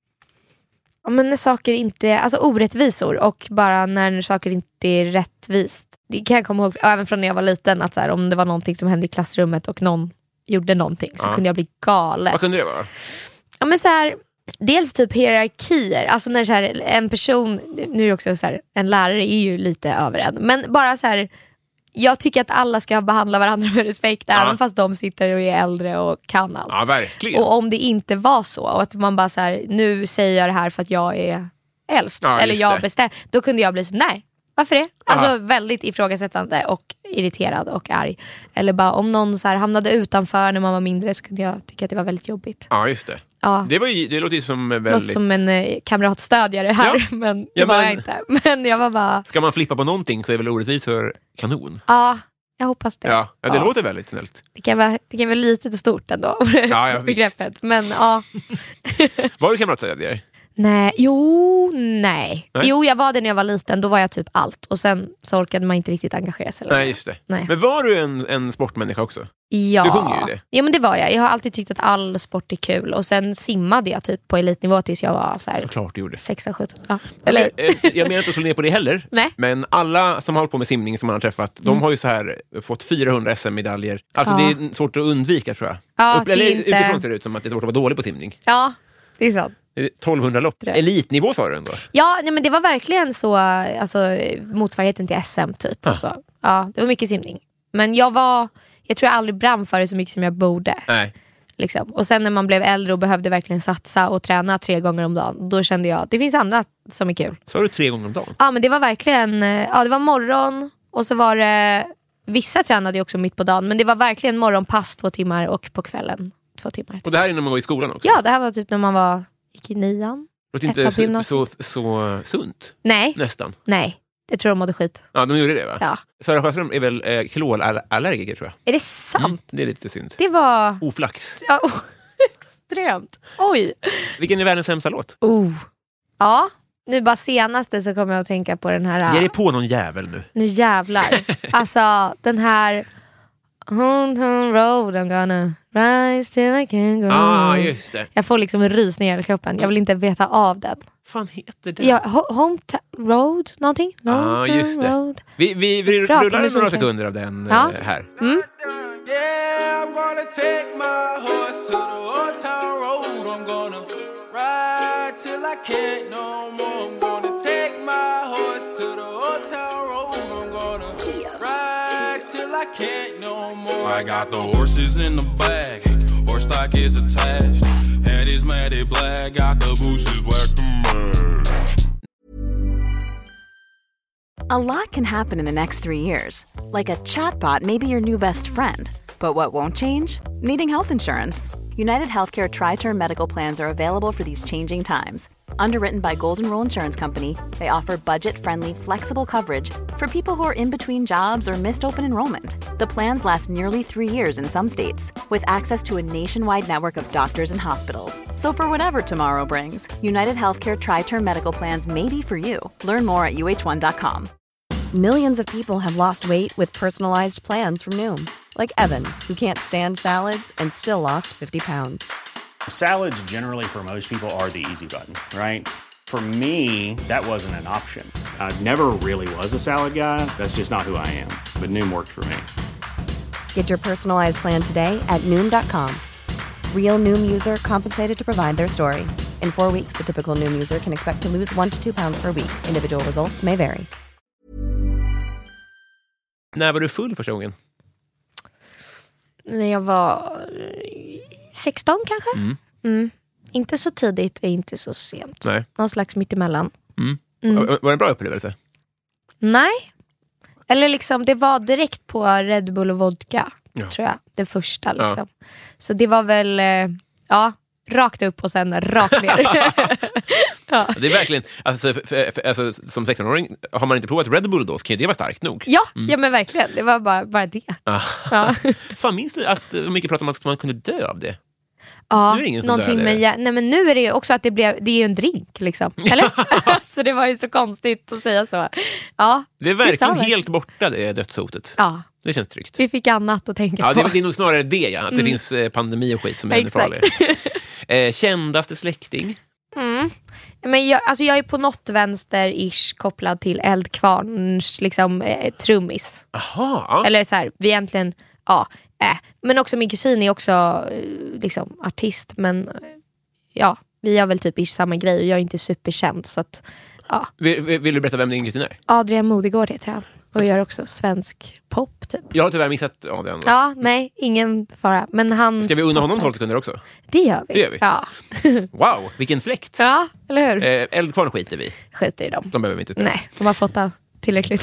Ja, men när saker inte, alltså orättvisor och bara när saker inte är rättvist. Det kan jag komma ihåg, även från när jag var liten, att så här, om det var någonting som hände i klassrummet och någon gjorde någonting så Ja. kunde jag bli galen. Vad kunde det vara? Ja, men så här, dels typ hierarkier, alltså när så här, en person, nu är det också så här, en lärare är ju lite över en, men bara så här, jag tycker att alla ska behandla varandra med respekt, Ja. även fast de sitter och är äldre och kan allt. Ja, verkligen. Och om det inte var så, och att man bara så här, nu säger jag det här för att jag är äldst, Ja, eller just jag det. bestämmer, då kunde jag bli så nej. Varför det? Aha. Alltså väldigt ifrågasättande och irriterad och arg. Eller bara om någon så här hamnade utanför när man var mindre så kunde jag tycka att det var väldigt jobbigt. Ja, just det. Ja. Det, var ju, det låter ju som Något väldigt... som en eh, kamratstödjare här, Ja. men det Ja, var men- jag inte. Men jag var bara, Ska man flippa på någonting så är väl orättvis för kanon. ja, jag hoppas det. Ja, ja det Ja. låter väldigt snällt. Det kan vara, det kan vara litet och stort ändå, Ja, ja, begreppet. Men ja, Var du kamratstödjare? nej, jo, nej. Nej. Jo, jag var det när jag var liten, då var jag typ allt. Och sen så orkade man inte riktigt engagera sig längre. Nej, just det. Nej. Men var du en, en sportmänniska också? Ja. Du sjunger ju det. Ja, men det var jag. Jag har alltid tyckt att all sport är kul. Och sen simmade jag typ på elitnivå tills jag var så här Såklart du gjorde. sexton sjutton. Ja. Eller? Eh, Jag menar inte att slå ner på det heller. Nej. Men alla som har hållit på med simning som man har träffat, de har ju så här fått fyrahundra S M-medaljer. Alltså Ja. det är svårt att undvika, tror jag. Ja, Upp, det är eller inte- utifrån ser det ut som att det är svårt att vara dålig på simning. Ja, det är sant. Det är tolvhundra lopp. Det. Elitnivå sa du ändå. Ja, nej, men det var verkligen så, alltså, motsvarigheten till S M typ. Ah. Och så. Ja, det var mycket simning. Men jag var, jag tror jag aldrig brann för det så mycket som jag borde. Nej. Liksom. Och sen när man blev äldre och behövde verkligen satsa och träna tre gånger om dagen, då kände jag att det finns andra som är kul. Så har du tre gånger om dagen? Ja, men det var verkligen, ja det var morgon och så var det, vissa tränade ju också mitt på dagen, men det var verkligen morgonpass två timmar och på kvällen två timmar. Och det här är när man var i skolan också? Ja, det här var typ när man var, gick i nian. Det låter inte så, så, så sunt? Nej. Nästan? Nej, det tror de mådde skit. Ja, de gjorde det va? Ja. Sara Sjöström är väl eh, klolallergiker tror jag. Är det sant? Mm, det är lite synd. Det var... Oflax. Ja, oh, extremt. Oj. Vilken är världens sämsta låt? Oh. Ja, nu bara senaste så kommer jag att tänka på den här... Ge dig på någon jävel nu. Nu jävlar. Alltså, den här... Home, home road, I'm gonna rise till I can go. Ah, just det. Jag får liksom en rysning i hela kroppen. Jag vill inte veta av den. Fan heter det? Ja, ho- home ta- road, någonting? Ja, ah, just det. Road. Vi, vi, vi Bra, rullar några sekunder av den ja. eh, här. Mm. Yeah, I'm gonna take my horse to the old town road. I'm gonna ride till I can't no more. I'm gonna take my horse to the old town road. I'm gonna ride till I can't no more. I got the horses in the back, horse stock is attached. Head is matted black, got the bushes black to match. A lot can happen in the next three years. Like a chatbot may be your new best friend. But what won't change? Needing health insurance. United Healthcare Tri-Term Medical Plans are available for these changing times. Underwritten by Golden Rule Insurance Company, they offer budget-friendly, flexible coverage for people who are in between jobs or missed open enrollment. The plans last nearly three years in some states, with access to a nationwide network of doctors and hospitals. So for whatever tomorrow brings, United Healthcare Tri-Term Medical Plans may be for you. Learn more at U H one dot com. Millions of people have lost weight with personalized plans from Noom. Like Evan, who can't stand salads and still lost fifty pounds. Salads generally for most people are the easy button, right? For me, that wasn't an option. I never really was a salad guy. That's just not who I am. But Noom worked for me. Get your personalized plan today at Noom dot com. Real Noom user compensated to provide their story. In four weeks, the typical Noom user can expect to lose one to two pounds per week. Individual results may vary. När var du full första gången? När jag var sexton kanske. Mm. Mm. Inte så tidigt och inte så sent. Nej. Någon slags mittemellan. Mm. Mm. Var, var det en bra upplevelse? Nej. Eller liksom, det var direkt på Red Bull och vodka. Ja. Tror jag. Det första liksom. Ja. Så det var väl, ja, rakt upp och sen rakt ner. Ja. Det är verkligen, alltså, för, för, för, alltså, som sexton-åring har man inte provat Red Bull då, så kan ju det vara starkt nog. Ja, mm. ja men verkligen. Det var bara, bara det. Ah. Ja. Fan, minns du att mycket pratade om att man kunde dö av det? Ja, nu är det ingen som någonting dör, med hjär- Nej, men nu är det ju också att det blev, det är ju en drink liksom. Eller? Så det var ju så konstigt att säga så. Ja, det är verkligen helt borta, det dödshotet. Ja. Det känns tryggt. Vi fick annat att tänka ja, på. Det, det är nog snarare det, ja. Att det mm. finns eh, pandemi och skit som är ännu farligare. eh, Kändaste släkting? Mm. Men jag, alltså jag är på något vänster-ish kopplad till Eldkvarns liksom, eh, trummis. Aha. Eller så här, vi egentligen, ja. Äh. Men också min kusin är också eh, liksom, artist. Men eh, ja, vi gör väl typ ish samma grej och jag är inte superkänd. Så att, ja. vill, vill du berätta vem din kusin är? Adrian Modegård heter han. Och gör också svensk pop typ. Jag har tyvärr missat Adrian. Ja, nej, ingen fara. Men han... Ska vi unna honom tolv sekunder också? Det gör vi. Det gör vi. Ja. Wow, vilken släkt. Ja, eller hur? Eh, Eldkvarn skiter vi. Skiter i dem. De behöver vi inte ta. Nej, de har fått av tillräckligt.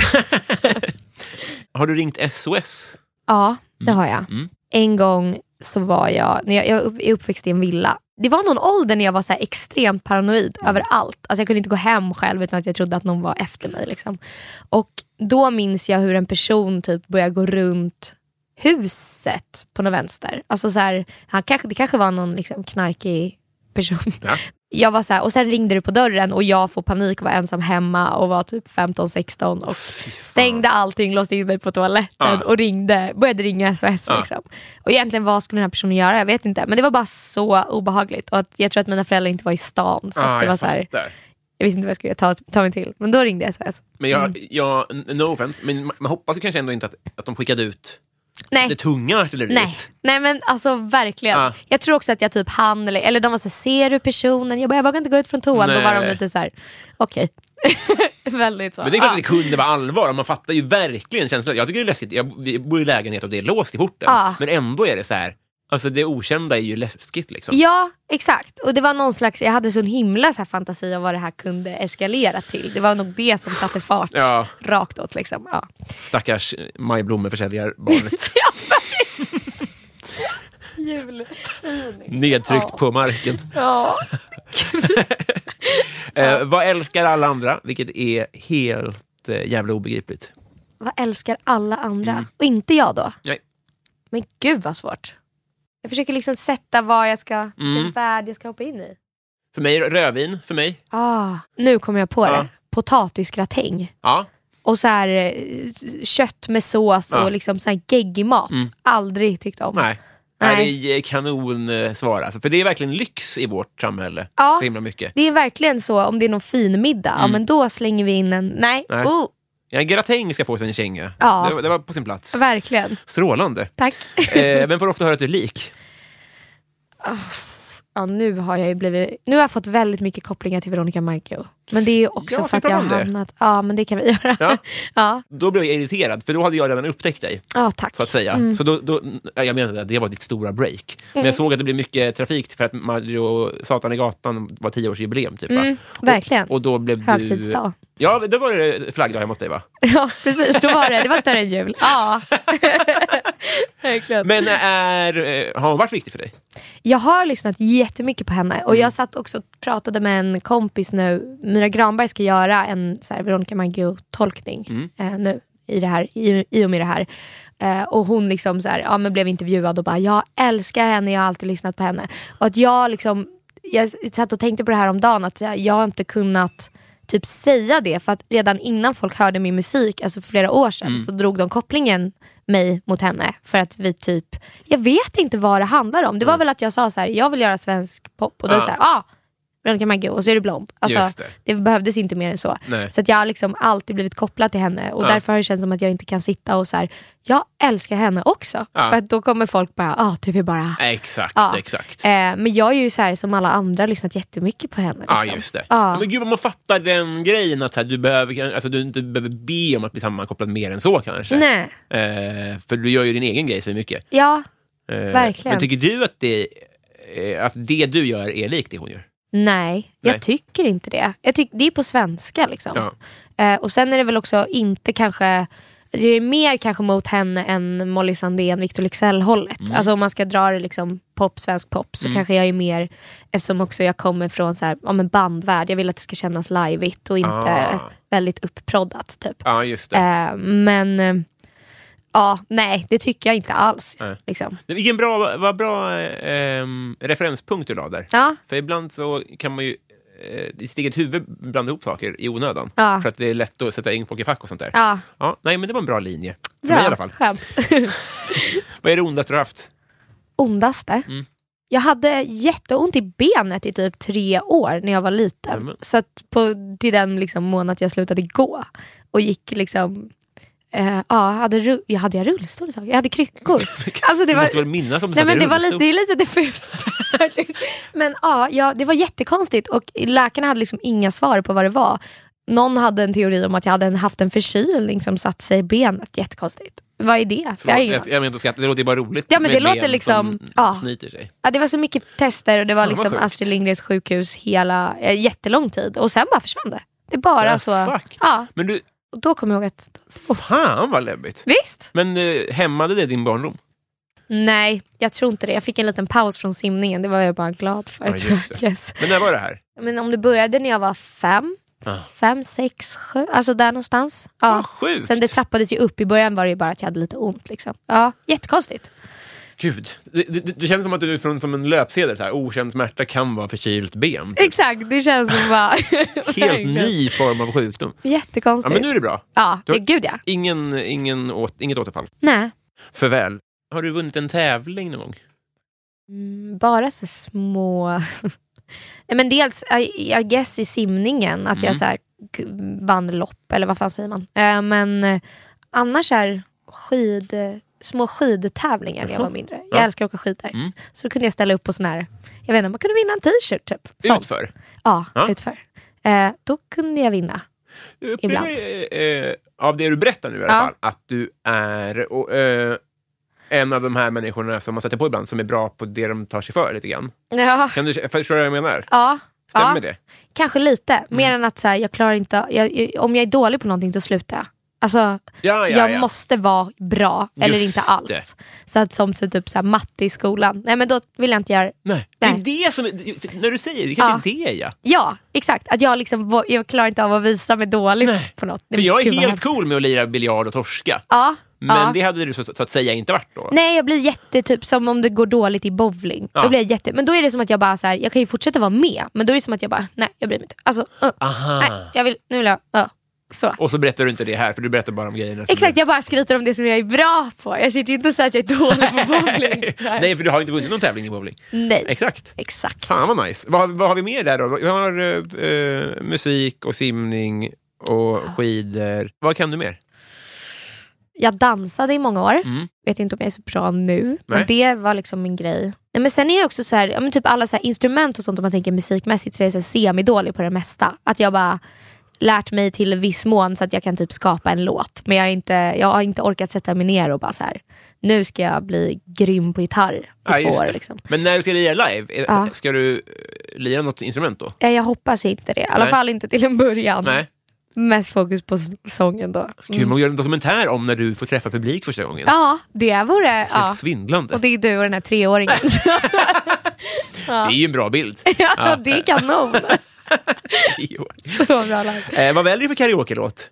Har du ringt S O S? Ja, det har jag. Mm. En gång så var jag, när jag, jag är uppväxt i en villa. Det var någon ålder när jag var så här extremt paranoid över allt. Alltså jag kunde inte gå hem själv utan att jag trodde att någon var efter mig. Liksom. Och då minns jag hur en person typ började gå runt huset på något vänster. Alltså så här, han kanske, det kanske var någon liksom knarkig person. Ja. Jag var så här, och sen ringde du på dörren och jag får panik och var ensam hemma och var typ femton sexton och stängde allting, låste in mig på toaletten ja. och ringde, började ringa S O S ja. liksom. Och egentligen vad skulle den här personen göra? Jag vet inte, men det var bara så obehagligt och att jag tror att mina föräldrar inte var i stan så ja, det var så här, jag visste inte vad jag skulle ta, ta mig till, men då ringde jag S O S. Men jag, mm. jag no offense, men man hoppas ju kanske ändå inte att, att de skickade ut Nej. det tunga artilleriet. Nej. Nej, men alltså verkligen. Ah. Jag tror också att jag typ hann, eller, eller de var så här, ser du personen? Jag bara, jag vågar inte gå ut från toan. Nej. Då var de lite så här, okej, okay, Väldigt så. Men det är klart ja. att det kunde vara allvar. Man fattar ju verkligen känslan. Jag tycker det är läskigt. Jag vi bor i lägenhet och det är låst i porten. Ja. Men ändå är det så här. Alltså det okända är ju läskigt liksom. Ja, exakt. Och det var någon slags, jag hade sån himla så här fantasi om vad det här kunde eskalera till. Det var nog det som satte fart Ja. rakt åt liksom. Ja. Stackars majblommor försäljar barnet. Jul. Nedtryckt Ja. på marken. Ja. eh, vad älskar alla andra? Vilket är helt eh, jävla obegripligt. Vad älskar alla andra? Mm. Och inte jag då? Nej. Men gud vad svårt. Jag försöker liksom sätta vad jag ska, Mm. vilken värld jag ska hoppa in i. För mig rödvin, för mig. Ah, nu kommer jag på Ja. det. Potatisgratäng. Ja. Och så här eh, kött med sås Ja. och liksom så här geggig mat. Mm. Aldrig tyckt om. Nej. Nej. Nej. Det är kanonsvar alltså. För det är verkligen lyx i vårt samhälle. Ja. Så himla mycket. Det är verkligen så, om det är någon fin middag, ja, Mm. men då slänger vi in en, nej, Nej. Oh, Ja, gratäng ska få sin känga. Ja. Det, det var på sin plats. verkligen. Strålande. Tack. Eh, men får ofta höra att du är lik. Ja, nu har jag ju blivit, nu har jag fått väldigt mycket kopplingar till Veronica Maggio. Men det är ju också Ja, för att ska vi jag har prata om det? hamnat, ja men det kan vi göra. Ja. ja. Då blev jag irriterad, för då hade jag redan upptäckt dig. Ja, tack. Så att säga. Mm. Så då, då, jag menar att det var ditt stora break. Men jag såg att det blev mycket trafik för att Maggio och Satan i gatan var tioårsjubileum typ va? Mm, verkligen. Och, och då blev Högtidsdag. du... Ja, då var det flaggdag hemma hos dig va? Ja, precis. Då var det, det var större än jul. Ja. Verkligen. Men är, eh, har hon varit viktig för dig? Jag har lyssnat jättemycket på henne. Och jag satt också och pratade med en kompis nu. Myra Granberg ska göra en så här, Veronica Maggio-tolkning Mm. eh, nu i, det här, i, i och med det här. Eh, och hon liksom så här, ja, men blev intervjuad och bara, jag älskar henne, jag har alltid lyssnat på henne. Och att jag liksom, jag satt och tänkte på det här om dagen, att jag har inte kunnat typ säga det, för att redan innan folk hörde min musik, alltså för flera år sedan, Mm. så drog de kopplingen mig mot henne, för att vi typ, jag vet inte vad det handlar om. Det var Mm. väl att jag sa så här, jag vill göra svensk pop, och då Ja. är det så här, ah, Veronica Maggio, och så är du blond. Alltså, Just det. det behövdes inte mer än så. Nej. Så att jag har liksom alltid blivit kopplad till henne, och Ja. därför har det känts som att jag inte kan sitta och så här, jag älskar henne också. Ja. För att då kommer folk bara, ah, du vill bara... Exakt, Ja. exakt. Eh, men jag är ju så här, som alla andra, lyssnat jättemycket på henne. Ja, Liksom. just det. Ja. Men gud vad man fattar den grejen att så här, du, behöver, alltså, du inte behöver be om att bli sammankopplad mer än så kanske. Nej, Eh, för du gör ju din egen grej så mycket. ja, Eh, Verkligen. Men tycker du att det, eh, att det du gör är likt det hon gör? nej, jag Nej. tycker inte det. Jag tyck, det är på svenska liksom. Ja. Eh, och sen är det väl också inte kanske, det är mer kanske mot henne än Molly Sandén, Victor Leksell-hållet. Mm. Alltså om man ska dra det liksom pop, svensk pop, så Mm. kanske jag är mer, eftersom också jag kommer från så här, ja, men bandvärld, jag vill att det ska kännas liveigt och inte Ah. väldigt upproddat typ. Ja, just det. Eh, men eh, ja, nej, det tycker jag inte alls. Nej. Liksom. Det- Vilken bra, vad bra eh, referenspunkt du la där. Ja, För ibland så kan man ju eh, i sitt eget huvud blanda ihop saker i onödan. Ja. För att det är lätt att sätta in folk i fack och sånt där. ja, Ja, nej, men det var en bra linje. För bra. mig i alla fall. Skönt. Vad är det ondaste du har haft? Ondaste? Mm. Jag hade jätteont i benet i typ tre år när jag var liten. Nämen. Så att på, till den liksom månad jag slutade gå och gick liksom, eh, ja, hade, ru- jag hade jag rullstol ett tag? Jag hade kryckor. Alltså det Du var, måste väl minnas om du nej, satt i men det var rullstol? lite, det är lite diffust. Men ja, ja, det var jättekonstigt, och läkarna hade liksom inga svar på vad det var. Någon hade en teori om att jag hade haft en förkylning som satt sig i benet. Jättekonstigt. Vad är det? Jag har Förlåt, ingen- jag, jag menar inte att skratta, det låter ju bara roligt. Ja, men med det låter ben liksom- som ja. snyter sig. Ja, det var så mycket tester, och det var Fan, vad liksom sjukt. Astrid Lindgrens sjukhus hela, eh, jättelång tid. Och sen bara försvann det. Det är bara Ja, så. fuck. Ja, Men du, och då kom jag ihåg att, fan vad läbbigt. visst? Men eh, hämmade det din barndom? Nej, jag tror inte det. Jag fick en liten paus från simningen. Det var jag bara glad för. Ja, just det. Yes. Men när var det här? Men om det började när jag var fem, Ah. fem, sex, sju, alltså där någonstans. Ja. Vad sjukt. Sen det trappades ju upp. I början var det ju bara att jag hade lite ont liksom. Ja, jättekonstigt. Gud, det, det, det känns som att du är från som en löpsedel. Så här, okänd smärta kan vara förkylt ben. Exakt, det känns som bara Helt ny form av sjukdom. Ja, jättekonstigt. men nu är det bra. Ja, Du det, har- gud ja. Ingen, ingen åt, inget återfall. Nej. För väl. Har du vunnit en tävling någon gång? Mm, bara så små... Nej, men dels, I, I guess i simningen, att Mm. jag så här, k- vann lopp, eller vad fan säger man. Eh, men eh, annars är skid, små skidtävlingar när jag var mindre. Jag Ja. älskar att åka skidor. Mm. Så då kunde jag ställa upp på sån här, jag vet inte, man kunde vinna en t-shirt typ. Sånt. Utför? Ja, Ja. utför. eh, då kunde jag vinna. Ibland. Upplever, eh, av det du berättar nu i alla Ja. fall, att du är och, eh, en av de här människorna som man sätter på ibland som är bra på det de tar sig för lite grann. Ja, Kan du förstå vad jag menar? ja. Stämmer ja. det? Kanske lite. Mer än att så här, jag klarar inte... Jag, jag, om jag är dålig på någonting så slutar jag. Alltså, Ja, ja, jag ja. måste vara bra. Eller Just inte alls. Så att som så typ så här, matte i skolan. Nej men då vill jag inte göra... Nej. Nej. Det är det som... När du säger det, det kanske Ja. är det, ja. Ja, exakt. Att jag liksom... Jag klarar inte av att visa mig dålig Nej. på något. För jag är Gud, vad helt hemskt. cool med att lira biljard och torska. Ja. Men ja. det hade du så, så att säga inte varit då. Nej, jag blir jätte typ som om det går dåligt i bowling. Ja. Då blir jag jätte... Men då är det som att jag bara så här, jag kan ju fortsätta vara med. Men då är det som att jag bara, nej, jag bryr mig inte. Alltså, uh, Aha. nej, jag vill... Nu vill jag... Uh, så. Och så berättar du inte det här, för du berättar bara om grejerna. som Exakt, du... jag bara skryter om det som jag är bra på. Jag sitter ju inte och säger att jag är dålig på bowling. Nej. Nej, för du har inte vunnit någon tävling i bowling. Nej. Exakt. Exakt. Fan vad nice. Vad, vad har vi mer där då? Vi har eh, eh, musik och simning och skidor. Vad kan du mer? Jag dansade i många år. Mm. Vet inte om jag är så bra nu. Nej. Men det var liksom min grej. Nej, men sen är jag också så här, ja, men typ alla så här instrument och sånt, om man tänker musikmässigt, så är jag så här semidålig på det mesta. Att jag bara lärt mig till en viss mån så att jag kan typ skapa en låt. Men jag, är inte, jag har inte orkat sätta mig ner och bara så här, nu ska jag bli grym på gitarr i Ja, två just år. det. Liksom. Men när du ska lira live, är, Ja. ska du eh, lira något instrument då? Ja, jag hoppas inte det. I alla Nej. fall inte till en början. Nej. Mest fokus på s- sången då. Kul, man gör en dokumentär om när du får träffa publik första gången. Ja, det vore... Helt Ja. svindlande. Och det är du och den här treåringen. Det är ju en bra bild. Ja, det är kanon. Jo. Så bra live. eh, vad väljer du för karaoke-låt?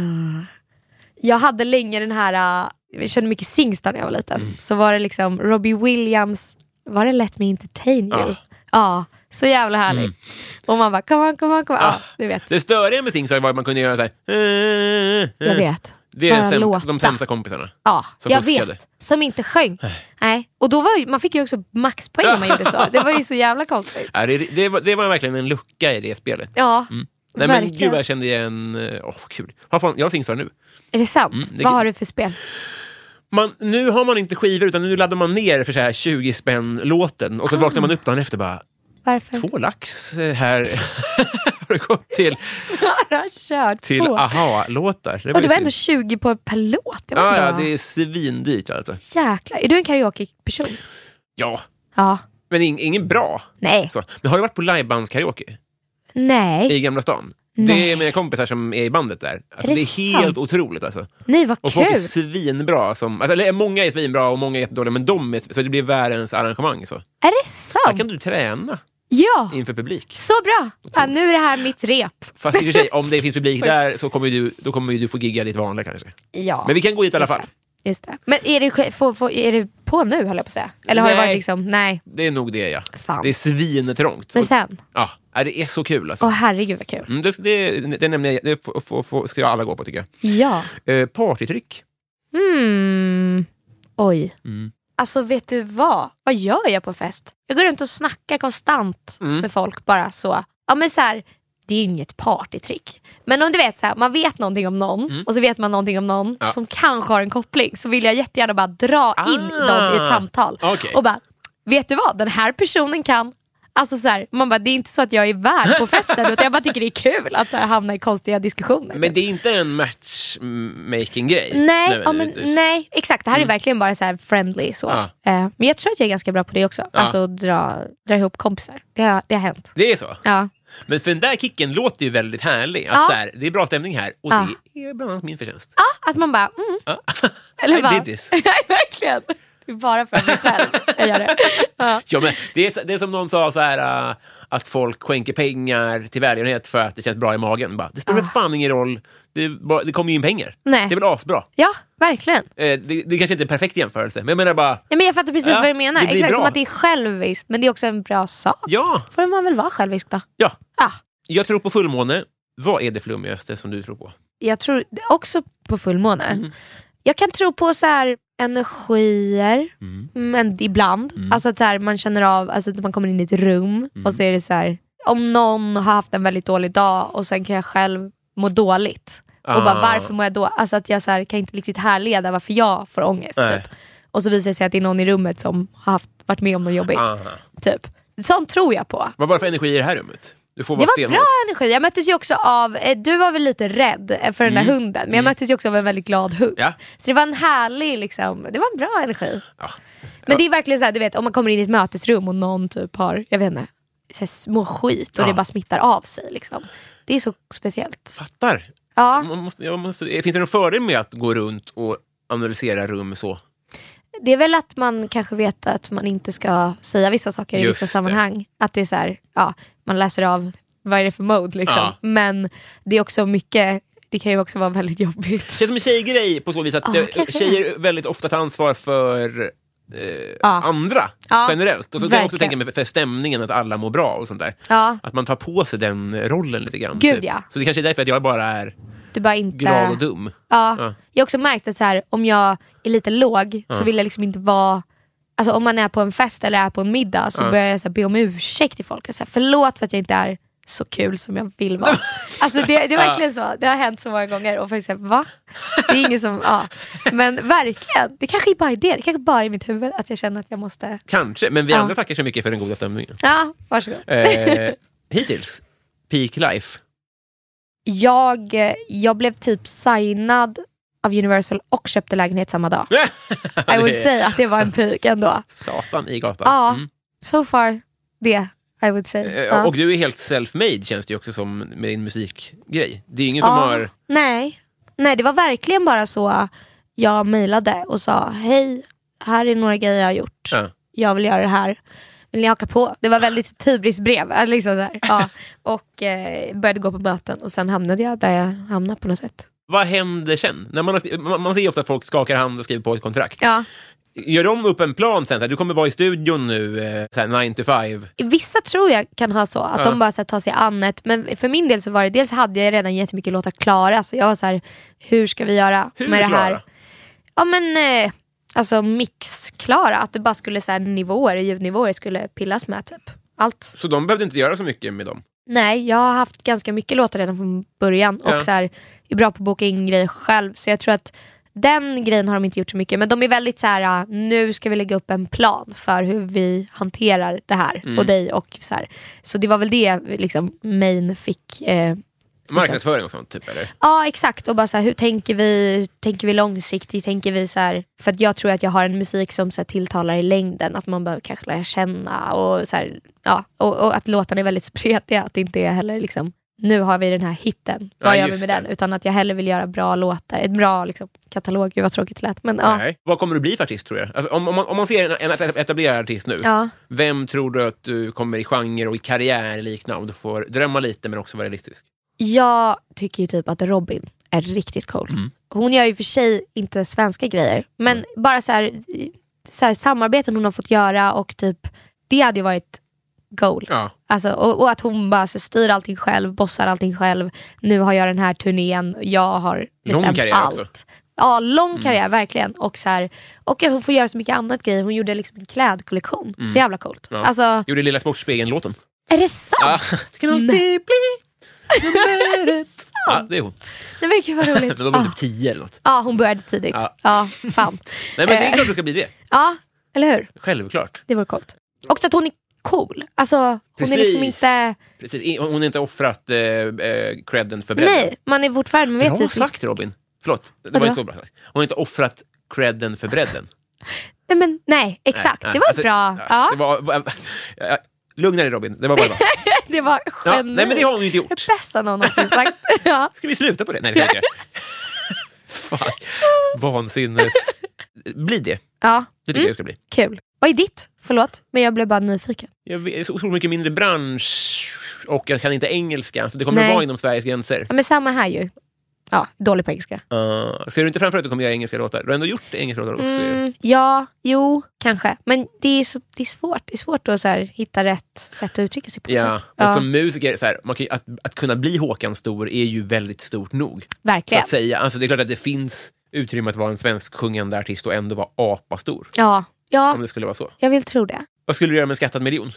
Jag hade länge den här, uh, vi körde mycket Singstar när jag var liten. Mm. Så var det liksom Robbie Williams, var det Let Me Entertain You? Ja. Ja, så jävla härligt. Mm. Och man bara, come on, come on, come on. Ja, du vet. Det störiga med Singstar var att man kunde göra så här. eh, Jag vet. Det är Bara säm- låta. de sämsta kompisarna. Ja, Som jag fuskade. vet. Som inte sjöng. Nej. Och då var ju, man fick ju också maxpoäng om man gjorde så. Det var ju så jävla konstigt. Ja, det, det, var, det var verkligen en lucka i det spelet. Ja, Nej, men verkligen. gud vad jag kände igen. Åh, oh, vad kul. Har fan, jag har Singstar nu. Är det sant? Mm, det- Vad har du för spel? Man, nu har man inte skivor, utan nu laddar man ner för så här tjugo spänn låten. Och så Ah. vaknar man upp dagen efter bara, Varför? två lax eh, här har det gått till, Jag har kört till på. aha-låtar. Och det var ju ändå synd. tjugo på per låt. Jag vet Ja, inte ja, vad- det är svindyrt alltså. Jäklar. Är du en karaoke-person? Ja, Ja. men ing, ingen bra. Nej. Så. Men har du varit på livebandskaraoke Nej. i Gamla stan? Nej. Det är mina kompisar som är i bandet där. Alltså, Är det det är helt sant? otroligt alltså. Nej, vad Och folk är kul. svinbra. Som, alltså, eller, många är svinbra och många är jättedåliga, men de är, så det blir världens arrangemang. Så. Är det Där sant? kan du träna Ja. inför publik. Så bra. Ja, nu är det här mitt rep. Fast i och för sig, om det finns publik där så kommer du, då kommer du få gigga ditt vanliga kanske. Ja. Men vi kan gå dit i alla Just fall. det. Just det. Men är det, sk- få, få, är det på nu, höll jag på att säga? Eller har det Nej. varit liksom, nej. Det är nog det, ja. Fan. Det är svintrångt. Men sen, Ja, ja, det är så kul alltså. åh herregud vad kul. Mm, det, det, det, nämner jag, det får, får, får, ska alla gå på tycker Ja. jag. Eh, partytryck. Hmm. Oj. Mm. Alltså vet du vad? Vad gör jag på fest? Jag går runt och snackar konstant Mm. med folk bara så. Ja men så här, det är ju inget partytrick. Men om du vet så här, man vet någonting om någon Mm. och så vet man någonting om någon Ja. som kanske har en koppling, så vill jag jättegärna bara dra in Ah. dem i ett samtal. Okej. Och bara, vet du vad? Den här personen kan. Alltså så här, man bara, det är inte så att jag är värd på festen utan jag bara tycker det är kul att så här, hamna i konstiga diskussioner. Men det är inte en matchmaking-grej. Nej, ja, men, nödvändigtvis. nej, exakt. Det här är verkligen bara så här friendly. Så. Ja. Eh, men jag tror att jag är ganska bra på det också. Ja. Alltså att dra, dra ihop kompisar. Det har, det har hänt. Det är så. Ja. Men för den där kicken låter ju väldigt härlig. Att Ja. så här, det är bra stämning här. Och Ja. det är bland annat min förtjänst. Ja, att man bara, mm. Ja. Eller I bara, did this. Nej, verkligen. Det är bara för mig själv jag gör det. Ja. Ja, men det, är, det är som någon sa så här, uh, att folk skänker pengar till välgörenhet för att det känns bra i magen. Bara, det spelar väl fan ingen roll. Det, bara, det kommer ju in pengar. Nej. Det är väl asbra. Ja, verkligen. Eh, det, det kanske inte är en perfekt jämförelse, men jag menar bara, Ja, men jag fattar precis Ja, vad du menar. det blir Exakt bra. som att det är själviskt, men det är också en bra sak. ja, Får man väl vara självisk då? ja. Ja. Jag tror på fullmåne. Vad är det flummigaste som du tror på? Jag tror också på fullmåne. Mm. Jag kan tro på så här energier, Mm. men ibland. Alltså att så här, man känner av alltså att man kommer in i ett rum Mm. och så är det så här, om någon har haft en väldigt dålig dag och sen kan jag själv må dåligt. Och Ah. bara varför mår jag då? Alltså att jag så här, kan inte riktigt härleda varför jag får ångest. Nej. Typ. Och så visar det sig att det är någon i rummet som har haft, varit med om något jobbigt. Aha. Typ. Sånt tror jag på. Vad var det för energi i det här rummet? Du får Det vara var stenhård. bra energi. Jag möttes ju också av, eh, du var väl lite rädd för den där Mm. hunden, men jag möttes ju också av en väldigt glad hund. Ja. Så det var en härlig, liksom, det var en bra energi. Ja. Men det är verkligen så här, du vet, om man kommer in i ett mötesrum och någon typ har, jag vet inte, så här små skit och Ja. det bara smittar av sig. Liksom. Det är så speciellt. Fattar. Ja. Man måste, jag måste, finns det någon fördel med att gå runt och analysera rum så? Det är väl att man kanske vet att man inte ska säga vissa saker i Just vissa det. sammanhang. Att det är så här, ja, man läser av vad är det för mode liksom. Ja. Men det är också mycket, det kan ju också vara väldigt jobbigt. Det känns som en tjejgrej på så vis att Ja, det, kanske tjejer väldigt ofta tar ansvar för eh, Ja. andra Ja, generellt. Och så kan jag också verkligen. tänka mig för stämningen att alla mår bra och sånt där. Ja, Att man tar på sig den rollen lite grann. Gud, typ. ja. Så det kanske är därför att jag bara är du bara inte... glad och dum. Ja. Ja. Jag har också märkt att så här, om jag är lite låg så vill jag liksom inte vara... Alltså om man är på en fest eller är på en middag så Ja. börjar jag så här, be om ursäkt till folk. Och så här, förlåt för att jag inte är så kul som jag vill vara. Alltså det, det är verkligen så. Det har hänt så många gånger och faktiskt, va? Det är ingen som... Ja. Men verkligen, det kanske bara är det. Det kanske bara är i mitt huvud att jag känner att jag måste... Kanske, men vi Ja. andra tackar så mycket för den goda stämningen. Ja, varsågod. Eh, hittills, peak life. Jag, jag blev typ signad av Universal och köpte lägenhet samma dag. I would say att det var en peak ändå. Satan i gatan. Ja, Mm. so far det, I would say. Eh, Ja. Och du är helt self-made känns det ju också som med din musikgrej. Det är ingen som Ja. har... Nej. Nej, det var verkligen bara så jag mejlade och sa hej, här är några grejer jag har gjort. Ja. Jag vill göra det här. Vill ni haka på? Det var väldigt hybrisbrev. Liksom så här. Ja. Och eh, började gå på möten och sen hamnade jag där jag hamnade på något sätt. Vad händer sen? När man, har, man, man ser ju ofta att folk skakar hand och skriver på ett kontrakt. Ja. Gör de upp en plan sen? Så här, du kommer vara i studion nu, eh, så här, nine to five. Vissa tror jag kan ha så, att Ja. de bara så här, tar sig an ett. Men för min del så var det, dels hade jag redan jättemycket låtar klara. Så jag var så här, hur ska vi göra Hur med det här? klara? Ja men, eh, alltså mixklara. Att det bara skulle så här, nivåer, ljudnivåer skulle pillas med typ. Allt. Så de behövde inte göra så mycket med dem. Nej, jag har haft ganska mycket låtar redan från början. Ja. Och så här, är bra på att boka in grejer själv. Så jag tror att den grejen har de inte gjort så mycket. Men de är väldigt så här, nu ska vi lägga upp en plan för hur vi hanterar det här. Mm. Och dig och så här. Så det var väl det liksom main fick. Eh, Marknadsföring och sånt typ, eller? ja exakt, och bara så här, hur tänker vi, hur tänker vi långsiktigt, tänker vi så här, för att jag tror att jag har en musik som så här, tilltalar i längden, att man behöver kanske lära känna och så här, ja, och, och att låtarna är väldigt spretiga, att det inte är heller liksom, nu har vi den här hitten, vad Ja, gör vi just med det. den, utan att jag hellre vill göra bra låtar, ett bra liksom, katalog, gud vad tråkigt det lät, men ja. Nej. Vad kommer du bli för artist, tror jag? Alltså, om, om, man, om man ser en, en etablerad artist nu, Ja. vem tror du att du kommer i genre och i karriär likna? Om du får drömma lite men också vara realistisk. Jag tycker ju typ att Robin är riktigt cool. Mm. Hon gör ju för sig inte svenska grejer, men bara så här, så här samarbeten hon har fått göra och typ, det hade ju varit goal. Ja. Alltså, och, och att hon bara så styr allting själv, bossar allting själv. Nu har jag den här turnén, jag har Lång bestämt karriär allt. också. Ja, lång karriär, verkligen. Och, så här, och att hon får göra så mycket annat grejer. Hon gjorde liksom en klädkollektion, så jävla coolt. Ja. Alltså, Gjorde Lilla Sportspegeln-låten. är det sant? Ja. Det kan alltid bli numret. Ja, det är hon. Nej men gud vad roligt. Men då var Ja. typ tio eller något. Ja, hon började tidigt. Ja. Ja, fan. Nej, men det är Eh. klart du ska bli det. Ja, eller hur? Självklart. Det vore coolt. Också att hon är cool. Alltså, hon Precis. är liksom inte... Precis. I- Hon har inte offrat eh, eh, credden för bredden. Nej, man är fortfarande... Man vet Bra typ sagt, Robin. Förlåt, det Vadå? var inte så bra sagt. Hon har inte offrat credden för bredden. Nej, men, nej, exakt. Nej, det var alltså, bra. ja, Ja, Det var, var, ja, lugna dig, Robin. Det var bara bra. det var Ja, geni. nej, men det har hon ju inte gjort. Det bästa någon någonsin sagt. Ja. Ska vi sluta på det? Nej, det kan jag inte. Fuck. Vansinnes... Bli det. Ja, Det tycker jag ska bli. kul. Vad är ditt? Förlåt, men jag blev bara nyfiken. Jag vet, så otroligt mycket mindre bransch och jag kan inte engelska, så det kommer Nej. att vara inom Sveriges gränser. Ja, men samma här ju. Ja, dålig på engelska. Uh, ser du inte framför att du kommer göra engelska låtar? Du har ändå gjort engelska låtar också. ju. Mm, ja, jo, kanske. Men det är, så, det är svårt. Det är svårt att så här, hitta rätt sätt att uttrycka sig på. Ja, typ. men Ja, som musiker, så här, man kan, ju- att, att kunna bli Håkan Stor är ju väldigt stort nog. Så verkligen. att säga. Alltså, det är klart att det finns utrymme att vara en svensk sjungande artist och ändå vara apastor. Ja, ja, Om det skulle vara så. jag vill tro det. Vad skulle du göra med en skattad miljon?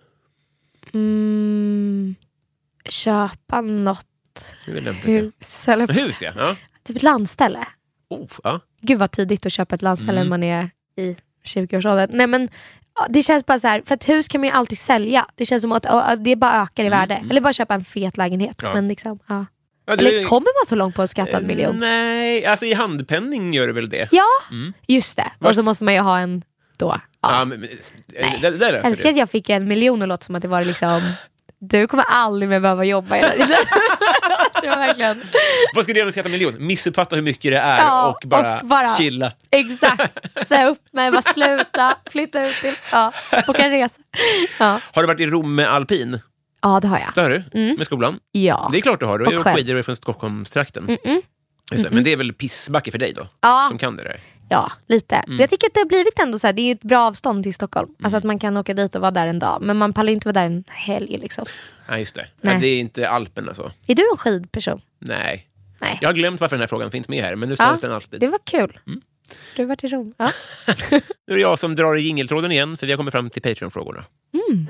Mm, köpa något Det är väl lämpligt, hus. Eller ja. Hus, ja. ja. typ ett landställe. Oh, ja. Gud vad tidigt att köpa ett landställe Mm. när man är i tjugo-årsåldern. Nej men Ja, det känns bara så här, för ett hus kan man ju alltid sälja. Det känns som att uh, det bara ökar i Mm, värde. mm. Eller bara köpa en fet lägenhet. Ja. Men liksom, ja. Ja, det- Eller kommer man så långt på en skattad Eh, miljon? Nej, alltså i handpenning gör det väl det. Ja, Mm. just det. Var- Och så måste man ju ha en då. Ja. Ja, men, men, Nej. det, det där Jag löser älskar du. att jag fick en miljon och låter som att det var liksom... Du kommer aldrig mer behöva jobba i det. Det var verkligen... Vad ska du göra med skatta miljon? Missuppfatta hur mycket det är Ja, och, bara och bara- chilla. Exakt. Säga upp mig, bara sluta, flytta ut till... Ja, och en resa. Ja. Har du varit i Rom med alpin? Ja, det har jag. Det har du? Mm. Med skolan? Ja. Det är klart du har. Du har ju Och åkt själv. skidor från Stockholmstrakten. Mm-mm. Just det. Men det är väl pissbacke för dig då? Ja. Som kan det där. Ja, lite. Mm. Jag tycker att det har blivit ändå så här, det är ett bra avstånd till Stockholm. Alltså att man kan åka dit och vara där en dag. Men man pallar ju inte vara där en helg liksom. Nej, just det. Nej. Ja, det är inte Alperna så. Är du en skidperson? Nej. Nej. Jag har glömt varför den här frågan finns med här, men nu ställs Ja, den alltid. det var kul. Mm. Du har varit i Rom. Ja. Nu är det jag som drar i jingeltråden igen, för vi har kommit fram till Patreon-frågorna. Mm.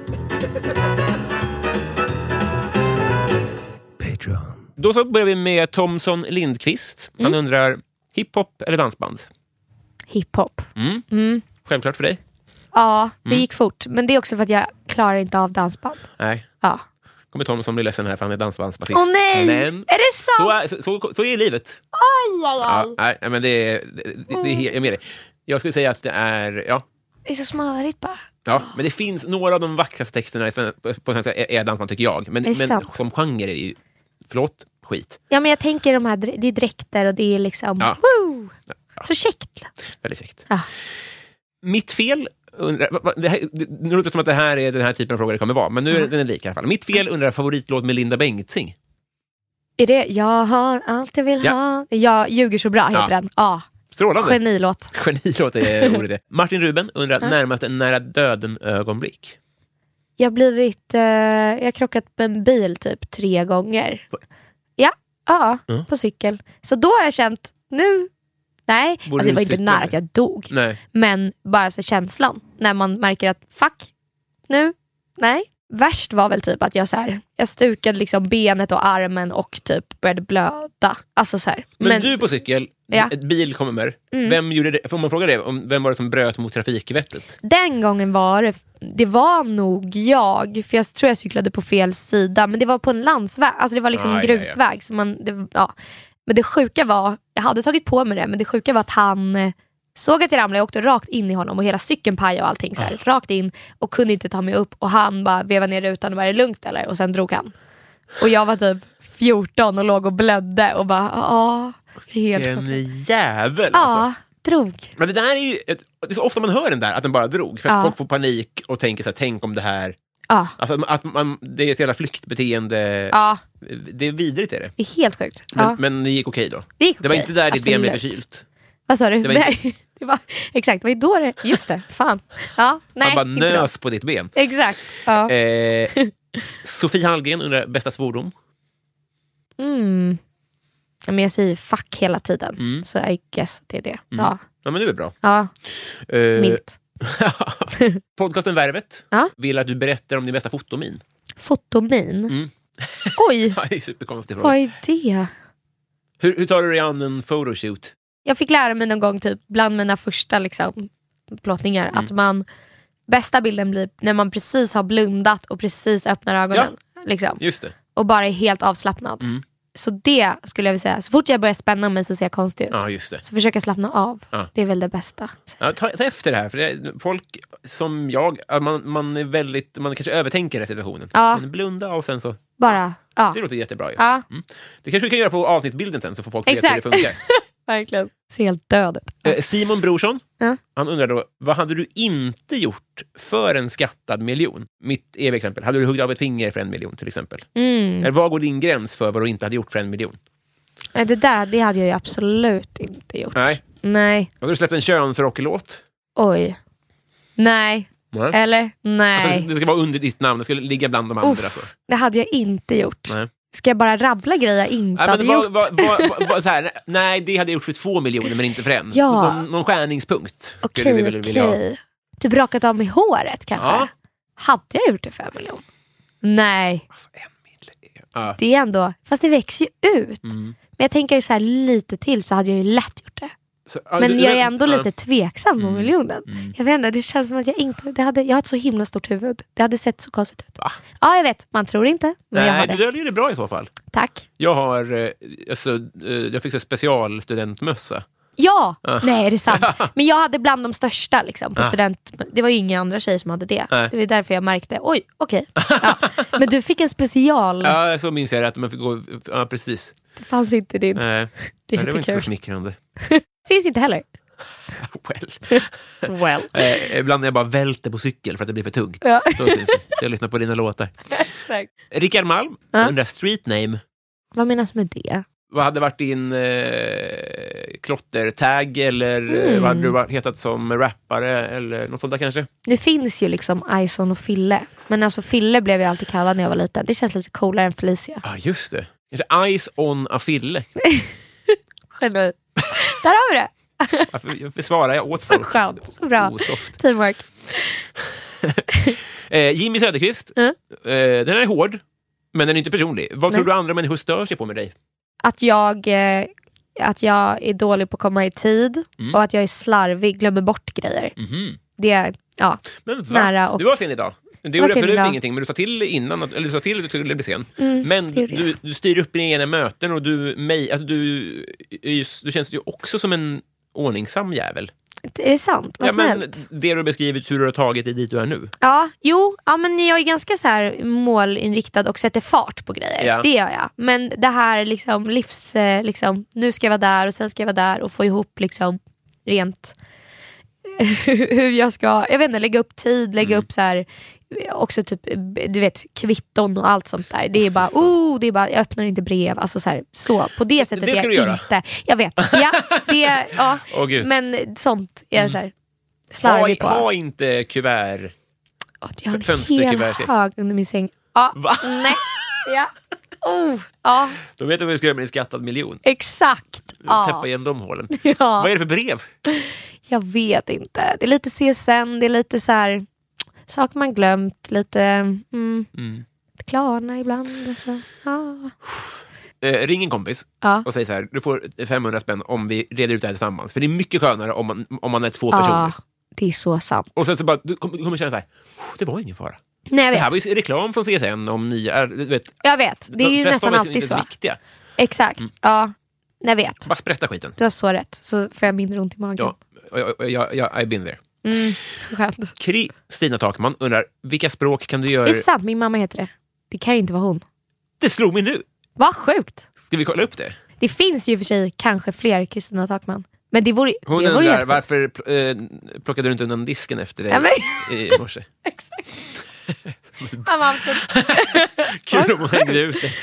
Patreon. Då så börjar vi med Thomson Lindqvist. Han Mm. undrar, hiphop eller dansband? Hiphop. Mm. Mm. Självklart för dig? Ja, det Mm. gick fort. Men det är också för att jag klarar inte av dansband. Nej. Ja. Kommer Thomson bli ledsen här för han är dansbandsbasist. Åh nej! Men Är det så sant? är, så, så, så är livet. Aj, aj, Ja, aj. nej, men det är, det, det, det är helt, jag är med dig. Jag skulle säga att det är, ja, Det är så smörigt bara. ja, men det finns några av de vackraste texterna i sven, på, på svenska är, är dansband tycker jag. Men, Är det men sant? som genre är det ju, förlåt, skit. Ja, men jag tänker de här, det är dräkter och det är liksom, Ja. woo! Ja. Så käckt. Väldigt käckt. Ja. Mitt fel, undrar, va- va- det här, det, nu låter det som att det här är den här typen av frågor det kommer vara, men nu är Ja. den är lik i alla fall. Mitt fel undrar favoritlåt med Linda Bengtzing. Är det, jag har allt jag vill Ja. ha. Jag ljuger så bra heter Ja. den. Ja, Strålande. genilåt. Genilåt är ordet det. Martin Ruben undrar Ja. närmast en nära döden ögonblick. Jag har blivit, eh, jag har krockat med en bil typ tre gånger. Va? Ja, ja Ja. på cykel. Så då har jag känt, nu, nej. Borde Alltså det du var inte cykla? nära att jag dog. Nej. Men bara så känslan. När man märker att, fuck, nu, nej. Värst var väl typ att jag så här, jag stukade liksom benet och armen och typ började blöda. Alltså så här. Men, du på cykel, Ja. ett bil kommer med. Mm. Vem gjorde det? Får man fråga det? Om, vem var det som bröt mot trafikvettet? Den gången var det, det var nog jag, för jag tror jag cyklade på fel sida, men det var på en landsväg, alltså det var liksom Ah, en ja, ja. grusväg. Så man, det, ja. Men det sjuka var, jag hade tagit på mig det, men det sjuka var att han eh, såg att jag ramlade, jag åkte rakt in i honom och hela cykeln pajade och allting så här, Ah. rakt in och kunde inte ta mig upp och han bara vevade ner rutan och bara, är det lugnt eller? Och sen drog han. Och jag var typ fjorton och låg och blödde och bara, ja, helt En sjukt. jävel alltså. Ja, drog. Men det där är ju, ett, det är så ofta man hör den där, att den bara drog. För att Ja. folk får panik och tänker så här, tänk om det här... Ja, Alltså att man, det är ett jävla flyktbeteende. ja, Det är vidrigt är det. det är helt sjukt. Men, Ja. men det gick okej då. Det gick Det var okej, inte där ditt ben blev absolut. förkylt. Vad sa du? Det var Nej, det var, exakt, det var ju då det... Just det, fan. Ja, nej, Han bara inte då. nös på ditt ben. Exakt. Ja. Eh, Sofie Hallgren undrar bästa svordom. Mm. Ja, men jag säger fuck hela tiden. Mm. Så I guess det är det. Mm. Ja, Ja, men det är bra. ja. Eh, Milt. Podcasten Värvet Ja. vill att du berättar om din bästa fotomin. Fotomin. Mm. Oj, Ja, det är superkonstig vad fråga. är det? Hur, hur tar du dig an en photoshoot? Jag fick lära mig någon gång typ bland mina första liksom, plåtningar Mm. att man, bästa bilden blir när man precis har blundat och precis öppnar ögonen. Liksom, Just det. och bara är helt avslappnad. Mm. Så det skulle jag vilja säga. Så fort jag börjar spänna mig så ser jag konstig ut. Ja, just det. Så försöka slappna av. Ja. Det är väl det bästa. Ja, ta, ta efter det här, för det är, folk som jag, ja, man, man är väldigt, man kanske övertänker den situationen. Ja. Men blunda och sen så, Bara, ja. det låter jättebra ju. Ja, Det kanske vi kan göra på avsnittsbilden sen så får folk veta hur det Exakt. funkar. verkligen. Ser helt död ut. Eh, Simon Brorsson, Ja. han undrar då, vad hade du inte gjort för en skattad miljon? Mitt eviga exempel, hade du huggit av ett finger för en miljon till exempel? Mm. Eller vad går din gräns för vad du inte hade gjort för en miljon? Ja, det där, det hade jag ju absolut inte gjort. Nej. Nej. Hade du släppt en könsrocklåt? Oj. Nej. Nej. Eller? Nej. Alltså, det ska vara under ditt namn, det skulle ligga bland de andra. Så. Det hade jag inte gjort. Nej. Ska jag bara rabbla grejer jag inte Ja, hade men vad, gjort? vad, vad, vad, vad, så här, nej, det hade jag gjort för två miljoner men inte för en. Ja. Någon, någon skärningspunkt. Okej, skulle vi väl vilja ha. okej. Typ rakat av mig håret kanske? Ja. Hade jag gjort det för en miljon? Nej. Alltså, en miljon. Ja. Det är ändå, fast det växer ju ut. Mm. Men jag tänker så här lite till så hade jag ju lätt gjort det. Så, ja, Men du, jag du, är ändå ja. lite tveksam på Mm. miljonen. Mm. Jag vet inte, det känns som att jag inte... Det hade, jag har ett så himla stort huvud. Det hade sett så konstigt ut. Va? Ja, jag vet. Man tror inte, men jag har Nej, det. du döljer det bra i så fall. Tack. Jag har, eh, alltså, eh, jag fick en specialstudentmössa. Ja! Ah. Nej, är det sant? Men jag hade bland de största liksom, på Ah. student... Det var ju inga andra tjejer som hade det. Nej. Det var därför jag märkte, oj, okej. Ja. Men du fick en special. Ja, så minns jag det, att man fick gå... Ja, precis. Det fanns inte din. Nej, Det är Nej, det var inte så jättekul. smickrande. Syns inte heller. Well. Well. Eh, ibland när jag bara välter på cykel för att det blir för tungt. Ja. Då syns det. Så jag lyssnar på dina låtar. Exakt. Rickard Malm, Ja. undrar street name. Vad menas med det? Vad hade varit din eh, klottertag, eller eh, Mm. vad hade du varit, hetat som rappare eller något sånt där kanske? Det finns ju liksom Ison och Fille. Men alltså Fille blev jag alltid kallad när jag var liten. Det känns lite coolare än Felicia. Ja, ah, just det. Kanske Ice on a Fille. Geni. Där har vi det. Varför, varför svarar jag åt Så folk? skönt, så bra. Osoft. Teamwork. eh, Jimmy Söderqvist. Mm. Eh, den är hård, men den är inte personlig. Vad Nej. tror du andra människor stör sig på med dig? Att jag, eh, att jag är dålig på att komma i tid. Mm. Och att jag är slarvig, glömmer bort grejer. Mhm. Det är, ja. Men va? Nära och- Du var sen idag. Det var gjorde sen absolut idag. ingenting, men du sa till innan, att- eller du sa till att du skulle bli sen. Mm, Men det gjorde du, jag. du styr upp dina egna möten och du, mig, alltså du, är ju- du känns ju också som en ordningsam jävel. Är det sant? Vad Ja, men snällt. det du har beskrivit hur du har tagit dig dit du är nu. Ja, jo, ja, men jag är ganska så här målinriktad och sätter fart på grejer. Ja. Det gör jag. Men det här liksom livs, eh, liksom, nu ska jag vara där och sen ska jag vara där och få ihop liksom rent hur jag ska, jag vet inte, lägga upp tid, lägga Mm. upp så här också typ, du vet, kvitton och allt sånt där. Det är bara, oh, det är bara, jag öppnar inte brev, alltså så här, så på det sättet det är ska jag du göra. inte. Jag vet. Ja, det ja, Åh, Gud. men sånt är jag så här Ha, slarvig på. ha inte kuvert. Åh, jag har en fönsterkuvert. hel hög under min säng. Ja, Va? nej. Ja. Oh, ja, Då vet du vad du ska göra med en skattad miljon. exakt. Täppa Ja. igen de hålen. Ja. Vad är det för brev? Jag vet inte. Det är lite C S N, det är lite så här saker man glömt, lite mm, Mm. Klarna ibland. Alltså. Ja. Eh, ring en kompis Ja. och säg så här: du får femhundra spänn om vi reder ut det här tillsammans. För det är mycket skönare om man, om man är två Ja, personer. det är så sant. Och sen så bara, du kommer, du kommer känna så här: det var ingen fara. Nej, jag Det här vet. var ju reklam från C S N om nya, du vet, Jag vet. Det är ju de flesta nästan av oss är alltid inte så. viktiga. Exakt. Ja, jag vet. Bara sprätta skiten. Du har så rätt. Så får jag mindre ont i magen. Ja, jag, jag, jag, jag, I've been there. Mm, skönt. Kristina Takman undrar, vilka språk kan du göra? Det är sant, min mamma heter det. Det kan ju inte vara hon. Det slog mig nu. Vad sjukt. Ska vi kolla upp det? Det finns ju för sig kanske fler Kristina Takman. Men det vore, Hon det vore undrar, helt varför eh, plockade du inte undan disken efter dig Ja, men- i morse? Exakt. Mamma, absolut. Kul om hon hängde ut det.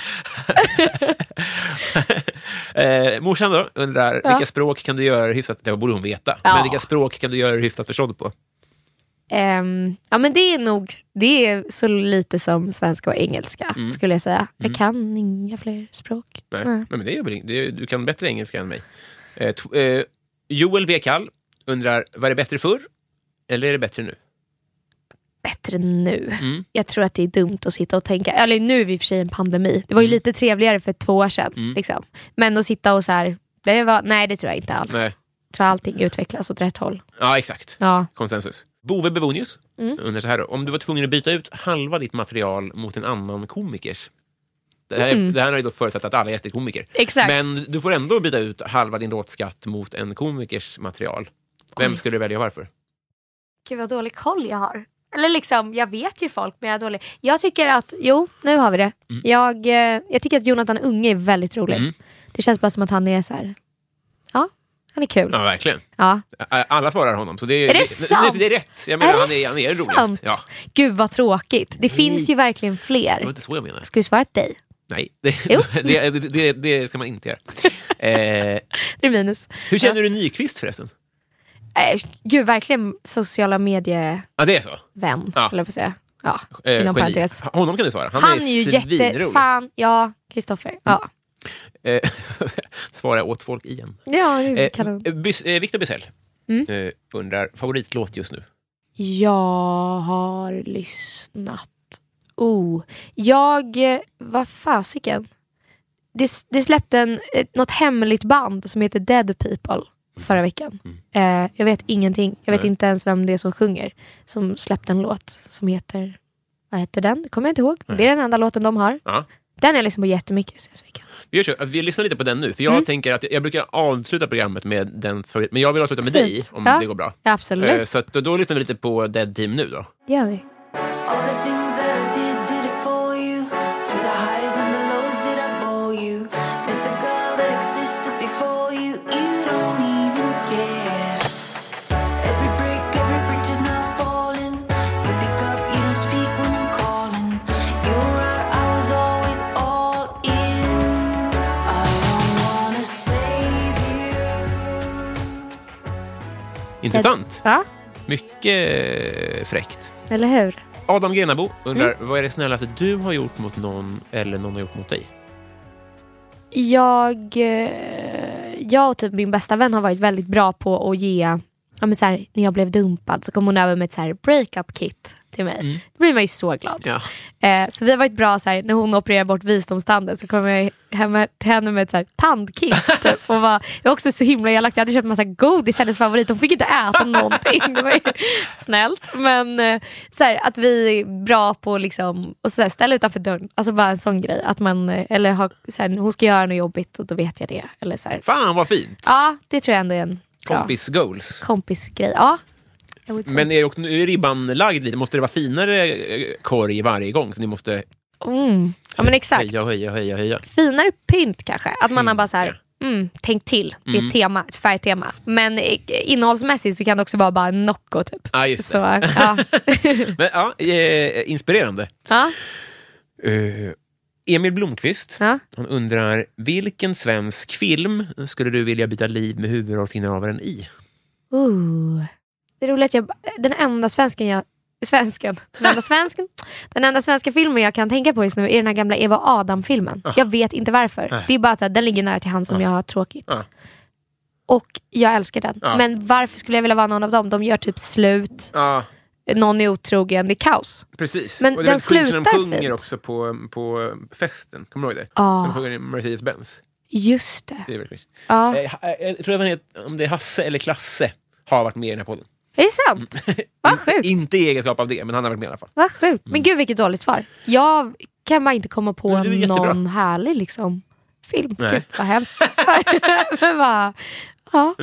eh, morsan då undrar, Ja. vilka språk kan du göra hyfsat, det borde hon veta, Ja. men vilka språk kan du göra hyfsat förstådd på? Ehm, ja, men det är nog det är så lite som svenska och engelska, Mm. skulle jag säga. Mm. Jag kan inga fler språk. Nej, Nej. Nej, men det är, väl ing- det är, du kan bättre engelska än mig. Eh, t- eh, Joel W. Kall undrar, var det bättre förr eller är det bättre nu? Bättre nu. Mm. Jag tror att det är dumt att sitta och tänka, eller nu är vi i och för sig en pandemi. Det var ju Mm. lite trevligare för två år sedan. Mm. Liksom. Men att sitta och så här, det var, nej det tror jag inte alls. Nej. Jag tror allting utvecklas åt rätt håll. Ja, exakt. Ja. Konsensus. Bove Bevonius Mm. undrar så här då, om du var tvungen att byta ut halva ditt material mot en annan komikers. Det här, Mm. det här har ju då förutsatt att alla gäster är komiker. Exakt. Men du får ändå byta ut halva din låtskatt mot en komikers material. Vem Oj. skulle du välja och varför? Gud vad dålig koll jag har. Eller liksom, jag vet ju folk men jag är dålig. Jag tycker att, jo, nu har vi det. Mm. Jag, eh, jag tycker att Jonathan Unge är väldigt rolig. Mm. Det känns bara som att han är så här. Ja, han är kul. Ja, verkligen. Ja. Alla svarar honom. Så det är, Är det sant? Det, det är rätt. Jag menar, Är det han är, han är sant? roligast. Ja. Gud vad tråkigt. Det finns ju verkligen Det var fler. inte så jag menar. Ska vi svara ett dig? Nej, det, Jo. det, det, det, det ska man inte göra. Eh, Det är minus. hur känner du Nyqvist förresten? Äh, gud, verkligen sociala medievän, Ja, det är så. ja. eller på att säga. Ja, Eh, inom geni. parentes. Honom kan du svara. Han, Han, är, är ju svinrolig. jättefan. Ja, Kristoffer. Ja, Eh, svarar jag åt folk igen. ja det är Eh, kanon. eh, Bys- eh, Victor Bysell Mm. eh, undrar, favoritlåt just nu? Jag har lyssnat. Oh, jag, eh, vad fasiken. Det, det släppte en, ett, något hemligt band som heter Dead People. förra veckan. Mm. Eh, jag vet ingenting. Jag vet Nej. inte ens vem det är som sjunger. Som släppte en låt som heter... Vad heter den? Det kommer jag inte ihåg. Nej. Det är den enda låten de har. Ja. Den är liksom på jättemycket senaste veckan. Vi gör så att vi lyssnar lite på den nu. För jag mm. tänker att jag brukar avsluta programmet med den. Men jag vill avsluta med Fint. dig om ja. det går bra. Ja, absolut. Eh, så att då, då lyssnar vi lite på Dead Team nu då. Det gör vi. Intressant. Ja. Mycket fräckt. Eller hur? Adam Genabo undrar, mm. vad är det snällaste du har gjort mot någon eller någon har gjort mot dig? Jag, jag och typ min bästa vän har varit väldigt bra på att ge, ja men så här, när jag blev dumpad så kom hon över med ett så här breakup kit till mig. Mm. Då blir man ju så glad. Ja. Eh, så vi har varit bra så här, när hon opererar bort visdomstanden så kommer jag hem till henne med ett så här tandkit. Typ, och var, jag var också så himla elakt. Jag hade köpt en massa godis, hennes favorit. Hon fick inte äta någonting. Det var ju snällt. Men eh, så här, att vi är bra på liksom, och så här, ställa utanför dörren. Alltså bara en sån grej. Att man, eller ha, så här, hon ska göra något jobbigt och då vet jag det. Eller så här. Fan vad fint. Ja, det tror jag ändå är en kompis bra. Goals. Kompis grej, ja. Men är, är ribban lagd lite? Måste det vara finare korg varje gång? Så ni måste mm. Ja men exakt. Höja, höja, höja, höja. Finare pynt kanske. Att man har bara så här, mm, tänkt till. Det är Mm. ett tema, ett färgtema. Men innehållsmässigt så kan det också vara bara en Nocco typ. Ja, just så, ja. Men ja, eh, inspirerande. Ja. Uh, Emil Blomqvist, Ja. han undrar, vilken svensk film skulle du vilja byta liv med huvudrollsinnehavaren i? Uh. Det är roligt att jag, den enda svensken jag svensken, den enda svensken den enda svenska filmen jag kan tänka på just nu är den här gamla Eva och Adam-filmen. Ah. Jag vet inte varför. Ah. Det är bara att den ligger nära till hand som ah. jag har tråkigt. Ah. Och jag älskar den. Ah. Men varför skulle jag vilja vara någon av dem? De gör typ slut. Ah. Någon är otrogen, det är kaos. Precis. Men och den slutar de sjunger fint. också på, på festen. Kommer du ihåg det? Ah. De sjunger Mercedes-Benz. Just det. Det är verkligen. Ah. Jag, jag tror att han heter, om det är Hasse eller Klasse har varit med i den här podden. Är det sant? Vad sjukt. Inte i egenskap av det, men han har varit med i alla fall. Vad sjukt. Men gud vilket dåligt svar. Jag kan bara inte komma på någon jättebra. härlig liksom film. Nej. Gud, vad hemskt. Men bara, ja.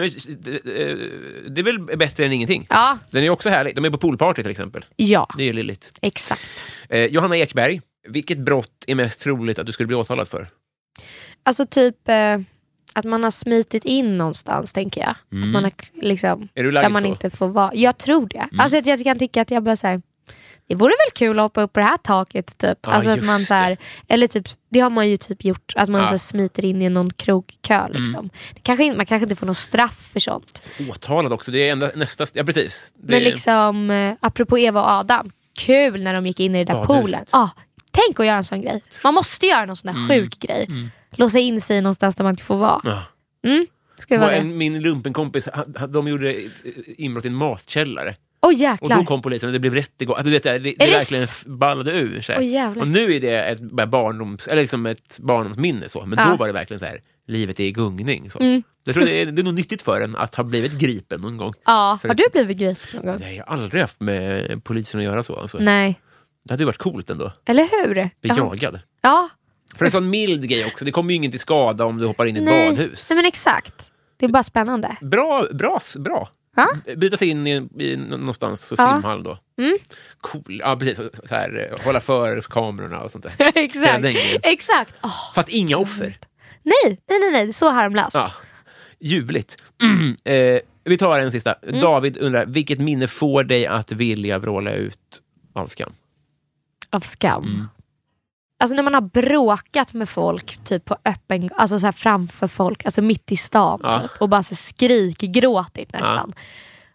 Det är väl bättre än ingenting. Ja. Den är också härlig. De är på poolparty till exempel. Ja. Det är ju lilligt. Exakt. Eh, Johanna Ekberg, vilket brott är mest troligt att du skulle bli åtalad för? Alltså typ... Eh... Att man har smitit in någonstans, tänker jag. Mm. Att man har, liksom, är du där man så? inte får vara. Jag tror det. Mm. Alltså jag kan tycka att jag bara så här, det vore väl kul att hoppa upp på det här taket typ. Ja, alltså att man så här, eller typ, det har man ju typ gjort. Att man ja. så här, smiter in i någon krogkö liksom. Mm. Det kanske, man kanske inte får någon straff för sånt. Åtalad också, det är enda, nästa, ja precis. Det Men liksom, eh, apropå Eva och Adam, kul när de gick in i det där ja, poolen. Ja, ah, tänk att göra en sån grej. Man måste göra någon sån där mm. sjuk grej. Mm. Låsa in sig någonstans där man inte får vara. Ja. Mm, ska det vara en, min lumpenkompis, de gjorde inbrott i en matkällare. Åh oh, jäklar. Och då kom polisen och det blev rättegång. Alltså, det, det, det, det verkligen ballade ur sig. Oh, och nu är det ett barndoms, eller liksom ett barndomsminne så. Men ja. då var det verkligen så här, livet är i gungning. Så. Mm. Jag tror det är, det är nog nyttigt för en att ha blivit gripen någon gång. Ja, för har att, du blivit gripen någon gång? Nej, jag har aldrig haft med polisen att göra så. Alltså. Nej. Det hade ju varit coolt ändå. Eller hur? Bli jagad. Ja. För en sån mild grej också. Det kommer ju ingen till skada om du hoppar in i ett Nej. badhus. Nej, men exakt. Det är bara spännande. Bra, bra, bra. Ja? Byta sig in i, i någonstans, så ja. simhall då. Mm. Cool. Ja, precis. Så här, hålla för kamerorna och sånt där. Exakt. Exakt. Oh, Fast inga offer. Nej, nej, nej, nej. Så harmlöst. Ja. Ljuvligt. Mm. Eh, vi tar en sista. Mm. David undrar, vilket minne får dig att vilja vråla ut av skam? Av skam? Mm. Alltså när man har bråkat med folk typ på öppen, alltså så här framför folk, alltså mitt i stan ja. typ, och bara så skrik, gråtit nästan. Ja.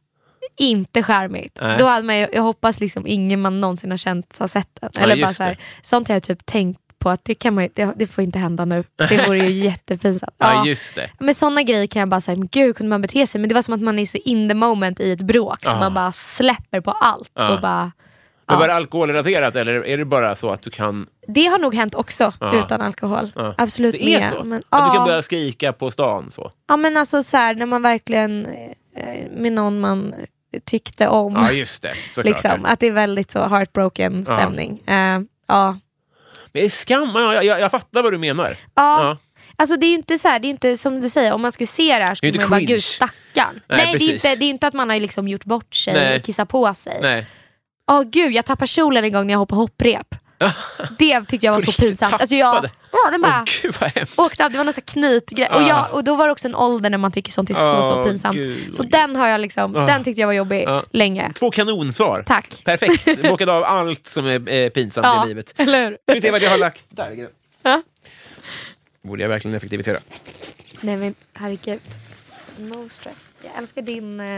Inte charmigt. Nej. Då hade man ju, jag hoppas liksom ingen man någonsin har känt har sett den. Eller ja, bara så här, sånt har jag typ tänkt på att det kan man det, det får inte hända nu. Det vore ju jättepinsamt. Ja, ja, just det. Men sådana grejer kan jag bara säga, men gud kunde man bete sig? Men det var som att man är så in the moment i ett bråk, ja. så man bara släpper på allt ja. och bara Men Ja. var det alkoholrelaterat eller är det bara så att du kan... Det har nog hänt också Ja. utan alkohol. Ja. Absolut Det är med. så? Men, Att ja. du kan börja skrika på stan så? Ja, men alltså så här, när man verkligen eh, med någon man tyckte om. Ja, just det. Såklart. liksom, att det är väldigt så heartbroken stämning. Ja. Uh, ja. Men det är skam. Jag, jag, jag fattar vad du menar. Ja. Ja. Alltså det är ju inte så här, det är inte som du säger, om man skulle se det här skulle Det är man inte bara, cringe. gud stackarn. Nej, Nej, det, är precis. inte, det är inte att man har liksom gjort bort sig Nej. och kissat på sig. Nej. Åh gud, jag tappade kjolen en gång när jag hoppade hopprep. Det tyckte jag var På så riktigt pinsamt. Alltså jag, tappade? ja, den bara Åh, gud vad hemskt. åkte av, det var någon sån här knytgrej. Och, jag, och då var det också en ålder när man tycker sånt är så, så Åh, pinsamt. gud, så åh, den har jag liksom, Ah. den tyckte jag var jobbig Ja. länge. Två kanonsvar. Tack. Perfekt. Bockade av allt som är eh, pinsamt Ja, i livet. eller hur? Ska vi se vad jag har lagt där. Ja. Borde jag verkligen effektivisera. Nej men herregud. No stress. Jag älskar din... Eh...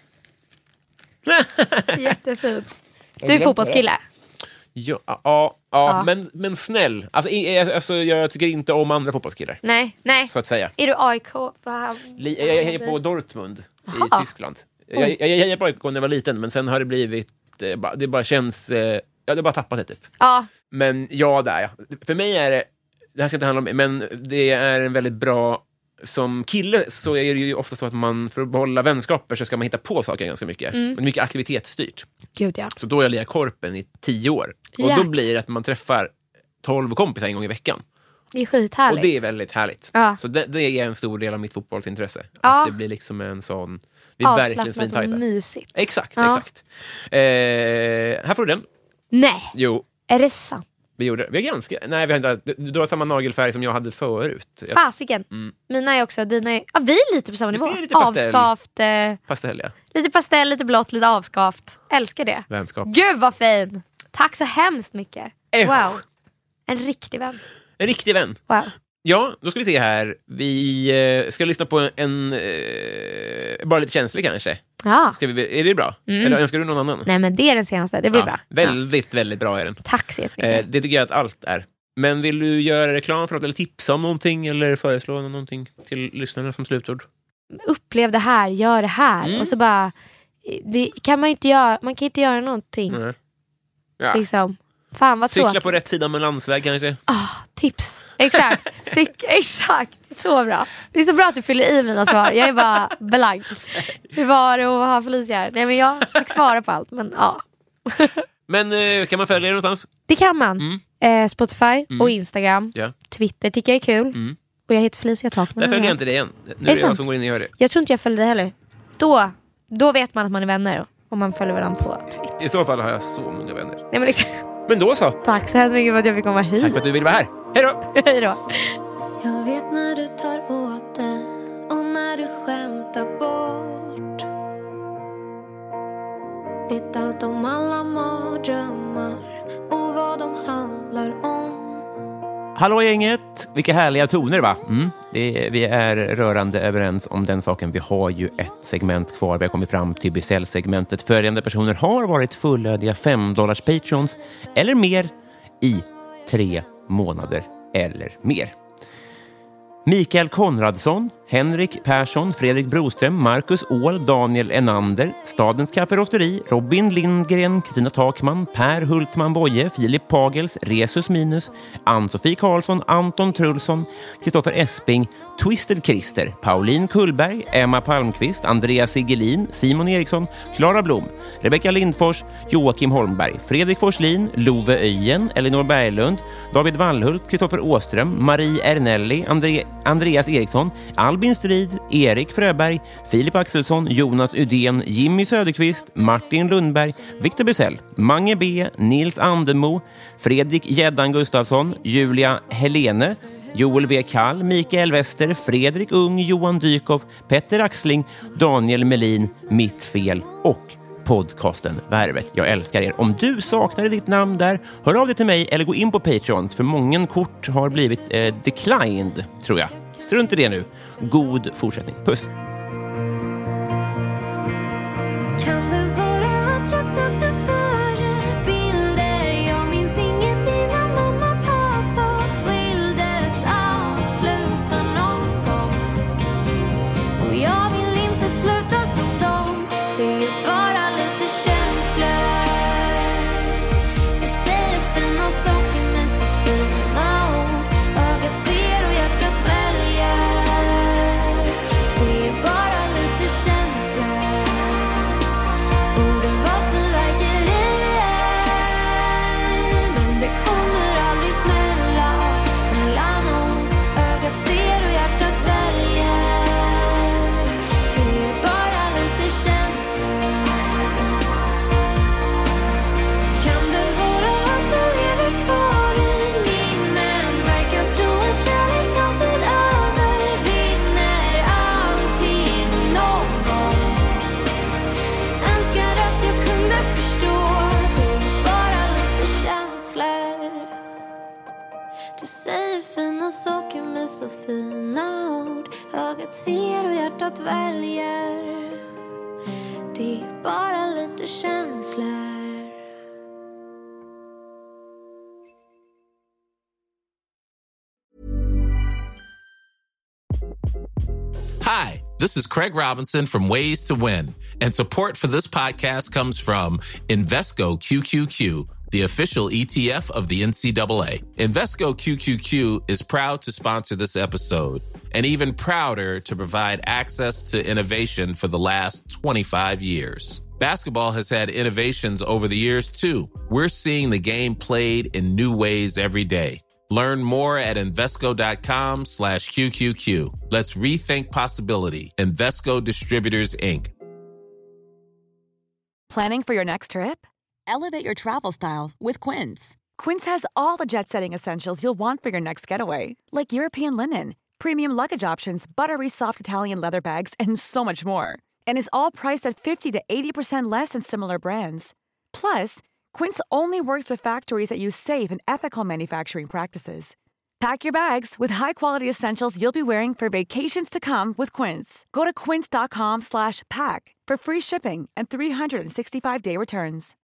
Jättefint. Du är fotbollskille. Ja, ja, ja, Ja. Men, men snäll. Alltså, i, alltså, jag tycker inte om andra fotbollskillar. Nej, nej. Så att säga. Är du A I K? Vad- Li, jag, jag hejar på Dortmund Jaha. i Tyskland. Jag, jag, jag hejar på A I K när jag var liten, men sen har det blivit... eh, ba- Det bara känns... eh, Ja, det har bara tappat det typ. Ja, Men ja, där ja. För mig är det... Det här ska inte handla om... Men det är en väldigt bra... Som kille så är det ju ofta så att man, för att behålla vänskaper så ska man hitta på saker ganska mycket. Mm. Och det är mycket aktivitetsstyrt. gud ja. Så då har jag lirat korpen i tio år. Och Ja. då blir det att man träffar tolv kompisar en gång i veckan. Det är skithärligt. Och det är väldigt härligt. Ja. Så det, det är en stor del av mitt fotbollsintresse. Ja. Att det blir liksom en sån... Vi är verkligen Avslappnat och svintajta. mysigt. Exakt, Ja. exakt. Eh, här får du den. Nej, Jo, är det sant? vi gjorde vi har ganska... Nej, vi har inte... Du, du har samma nagelfärg som jag hade förut. Jag, Fasiken. Mm. Mina är också, dina är... Ja, vi är lite på samma Visst nivå. är det lite pastell? Avskavt. Eh, pastell, ja. lite pastell, lite blått, lite avskavt. Älskar det. Vänskap. Gud vad fin. Tack så hemskt mycket. Äsch. Wow. En riktig vän. En riktig vän. Wow. Ja, då ska vi se här. Vi eh, ska lyssna på en... Eh, bara lite känslig kanske. Ja. Ska vi, är det bra? Mm. Eller önskar du någon annan? Nej men det är den senaste, det blir Ja, bra. Väldigt, väldigt bra är den. Ja. Tack så jättemycket. Eh, det tycker jag att allt är. Men vill du göra reklam för något eller tipsa om någonting eller föreslå någonting till lyssnarna som slutord? Upplev det här, gör det här. Mm. Och så bara, det kan man inte göra, man kan inte göra någonting. Nej. Ja. Liksom. Fan vad Cykla tråkigt. på rätt sida med landsväg kanske? Ah, tips. Exakt. Cyk- exakt. Så bra. Det är så bra att du fyller i mina svar. Jag är bara blank. Hur var det att ha Felicia här? Nej men jag fick svara på allt. Men ja. Men eh, kan man följa er någonstans? Det kan man. Mm. Eh, Spotify och Instagram. Ja. Twitter tycker jag är kul. Mm. Och jag heter Felicia Takman. Där följer jag inte dig igen. Nu är det det jag sant? som går in och gör det. Jag tror inte jag följer dig heller. Då, då vet man att man är vänner. Om man följer varandra på Twitter. I så fall har jag så många vänner. Nej, men exakt. Men då så. Tack så hemskt mycket för att jag fick komma hit. Tack för att du ville vara här. Hej då! Hej då. Jag vet när du tar åt dig och när du skämtar bort. Vet allt om alla mardrömmar och vad de handlar om. Hallå gänget! Vilka härliga toner va? Mm. Det är, vi är rörande överens om den saken. Vi har ju ett segment kvar. Vi har kommit fram till beställsegmentet. Följande personer har varit fullödiga fem dollars patrons eller mer i tre månader eller mer. Mikael Konradsson, Henrik Persson, Fredrik Broström, Marcus Åhl, Daniel Enander, Stadens Kafferosteri, Robin Lindgren, Kristina Takman, Per Hultman Boye, Filip Pagels, Resus Minus, Ann-Sofie Karlsson, Anton Trulsson, Kristoffer Esping, Twisted Christer, Pauline Kullberg, Emma Palmqvist, Andreas Sigelin, Simon Eriksson, Klara Blom, Rebecka Lindfors, Joakim Holmberg, Fredrik Forslin, Love Öjen, Elinor Berglund, David Wallhult, Kristoffer Åström, Marie Ernelli, André Andreas Eriksson, Albin Strid, Erik Fröberg, Filip Axelsson, Jonas Udén, Jimmy Söderqvist, Martin Lundberg, Victor Bysell, Mange B, Nils Andemo, Fredrik Gäddan Gustafsson, Julia Helene, Joel W. Kall, Mikael Wester, Fredrik Ung, Johan Dykov, Petter Axling, Daniel Melin, Mitt Fel och podcasten Värvet. Jag älskar er. Om du saknar ditt namn där, hör av dig till mig eller gå in på Patreon, för många kort har blivit eh, declined, tror jag. Strunt i det nu. God fortsättning. Puss. Kan det vara att jag saknar förebilder? Jag minns inget innan mamma och pappa skildes. Allt slutar någon gång och jag vill inte sluta som dem. Det är bara lite känslor. du hjärtat väljer. Det är bara lite känslor. Hi, this is Craig Robinson from Ways to Win, and support for this podcast comes from Invesco Q Q Q, the official E T F of the N C double A. Invesco Q Q Q is proud to sponsor this episode, and even prouder to provide access to innovation for the last twenty-five years. Basketball has had innovations over the years, too. We're seeing the game played in new ways every day. Learn more at Invesco.com slash QQQ. Let's rethink possibility. Invesco Distributors, Incorporated. Planning for your next trip? Elevate your travel style with Quince. Quince has all the jet-setting essentials you'll want for your next getaway, like European linen, premium luggage options, buttery soft Italian leather bags, and so much more. And is all priced at fifty to eighty percent less than similar brands. Plus, Quince only works with factories that use safe and ethical manufacturing practices. Pack your bags with high-quality essentials you'll be wearing for vacations to come with Quince. Go to quince.com slash pack for free shipping and three sixty-five day returns.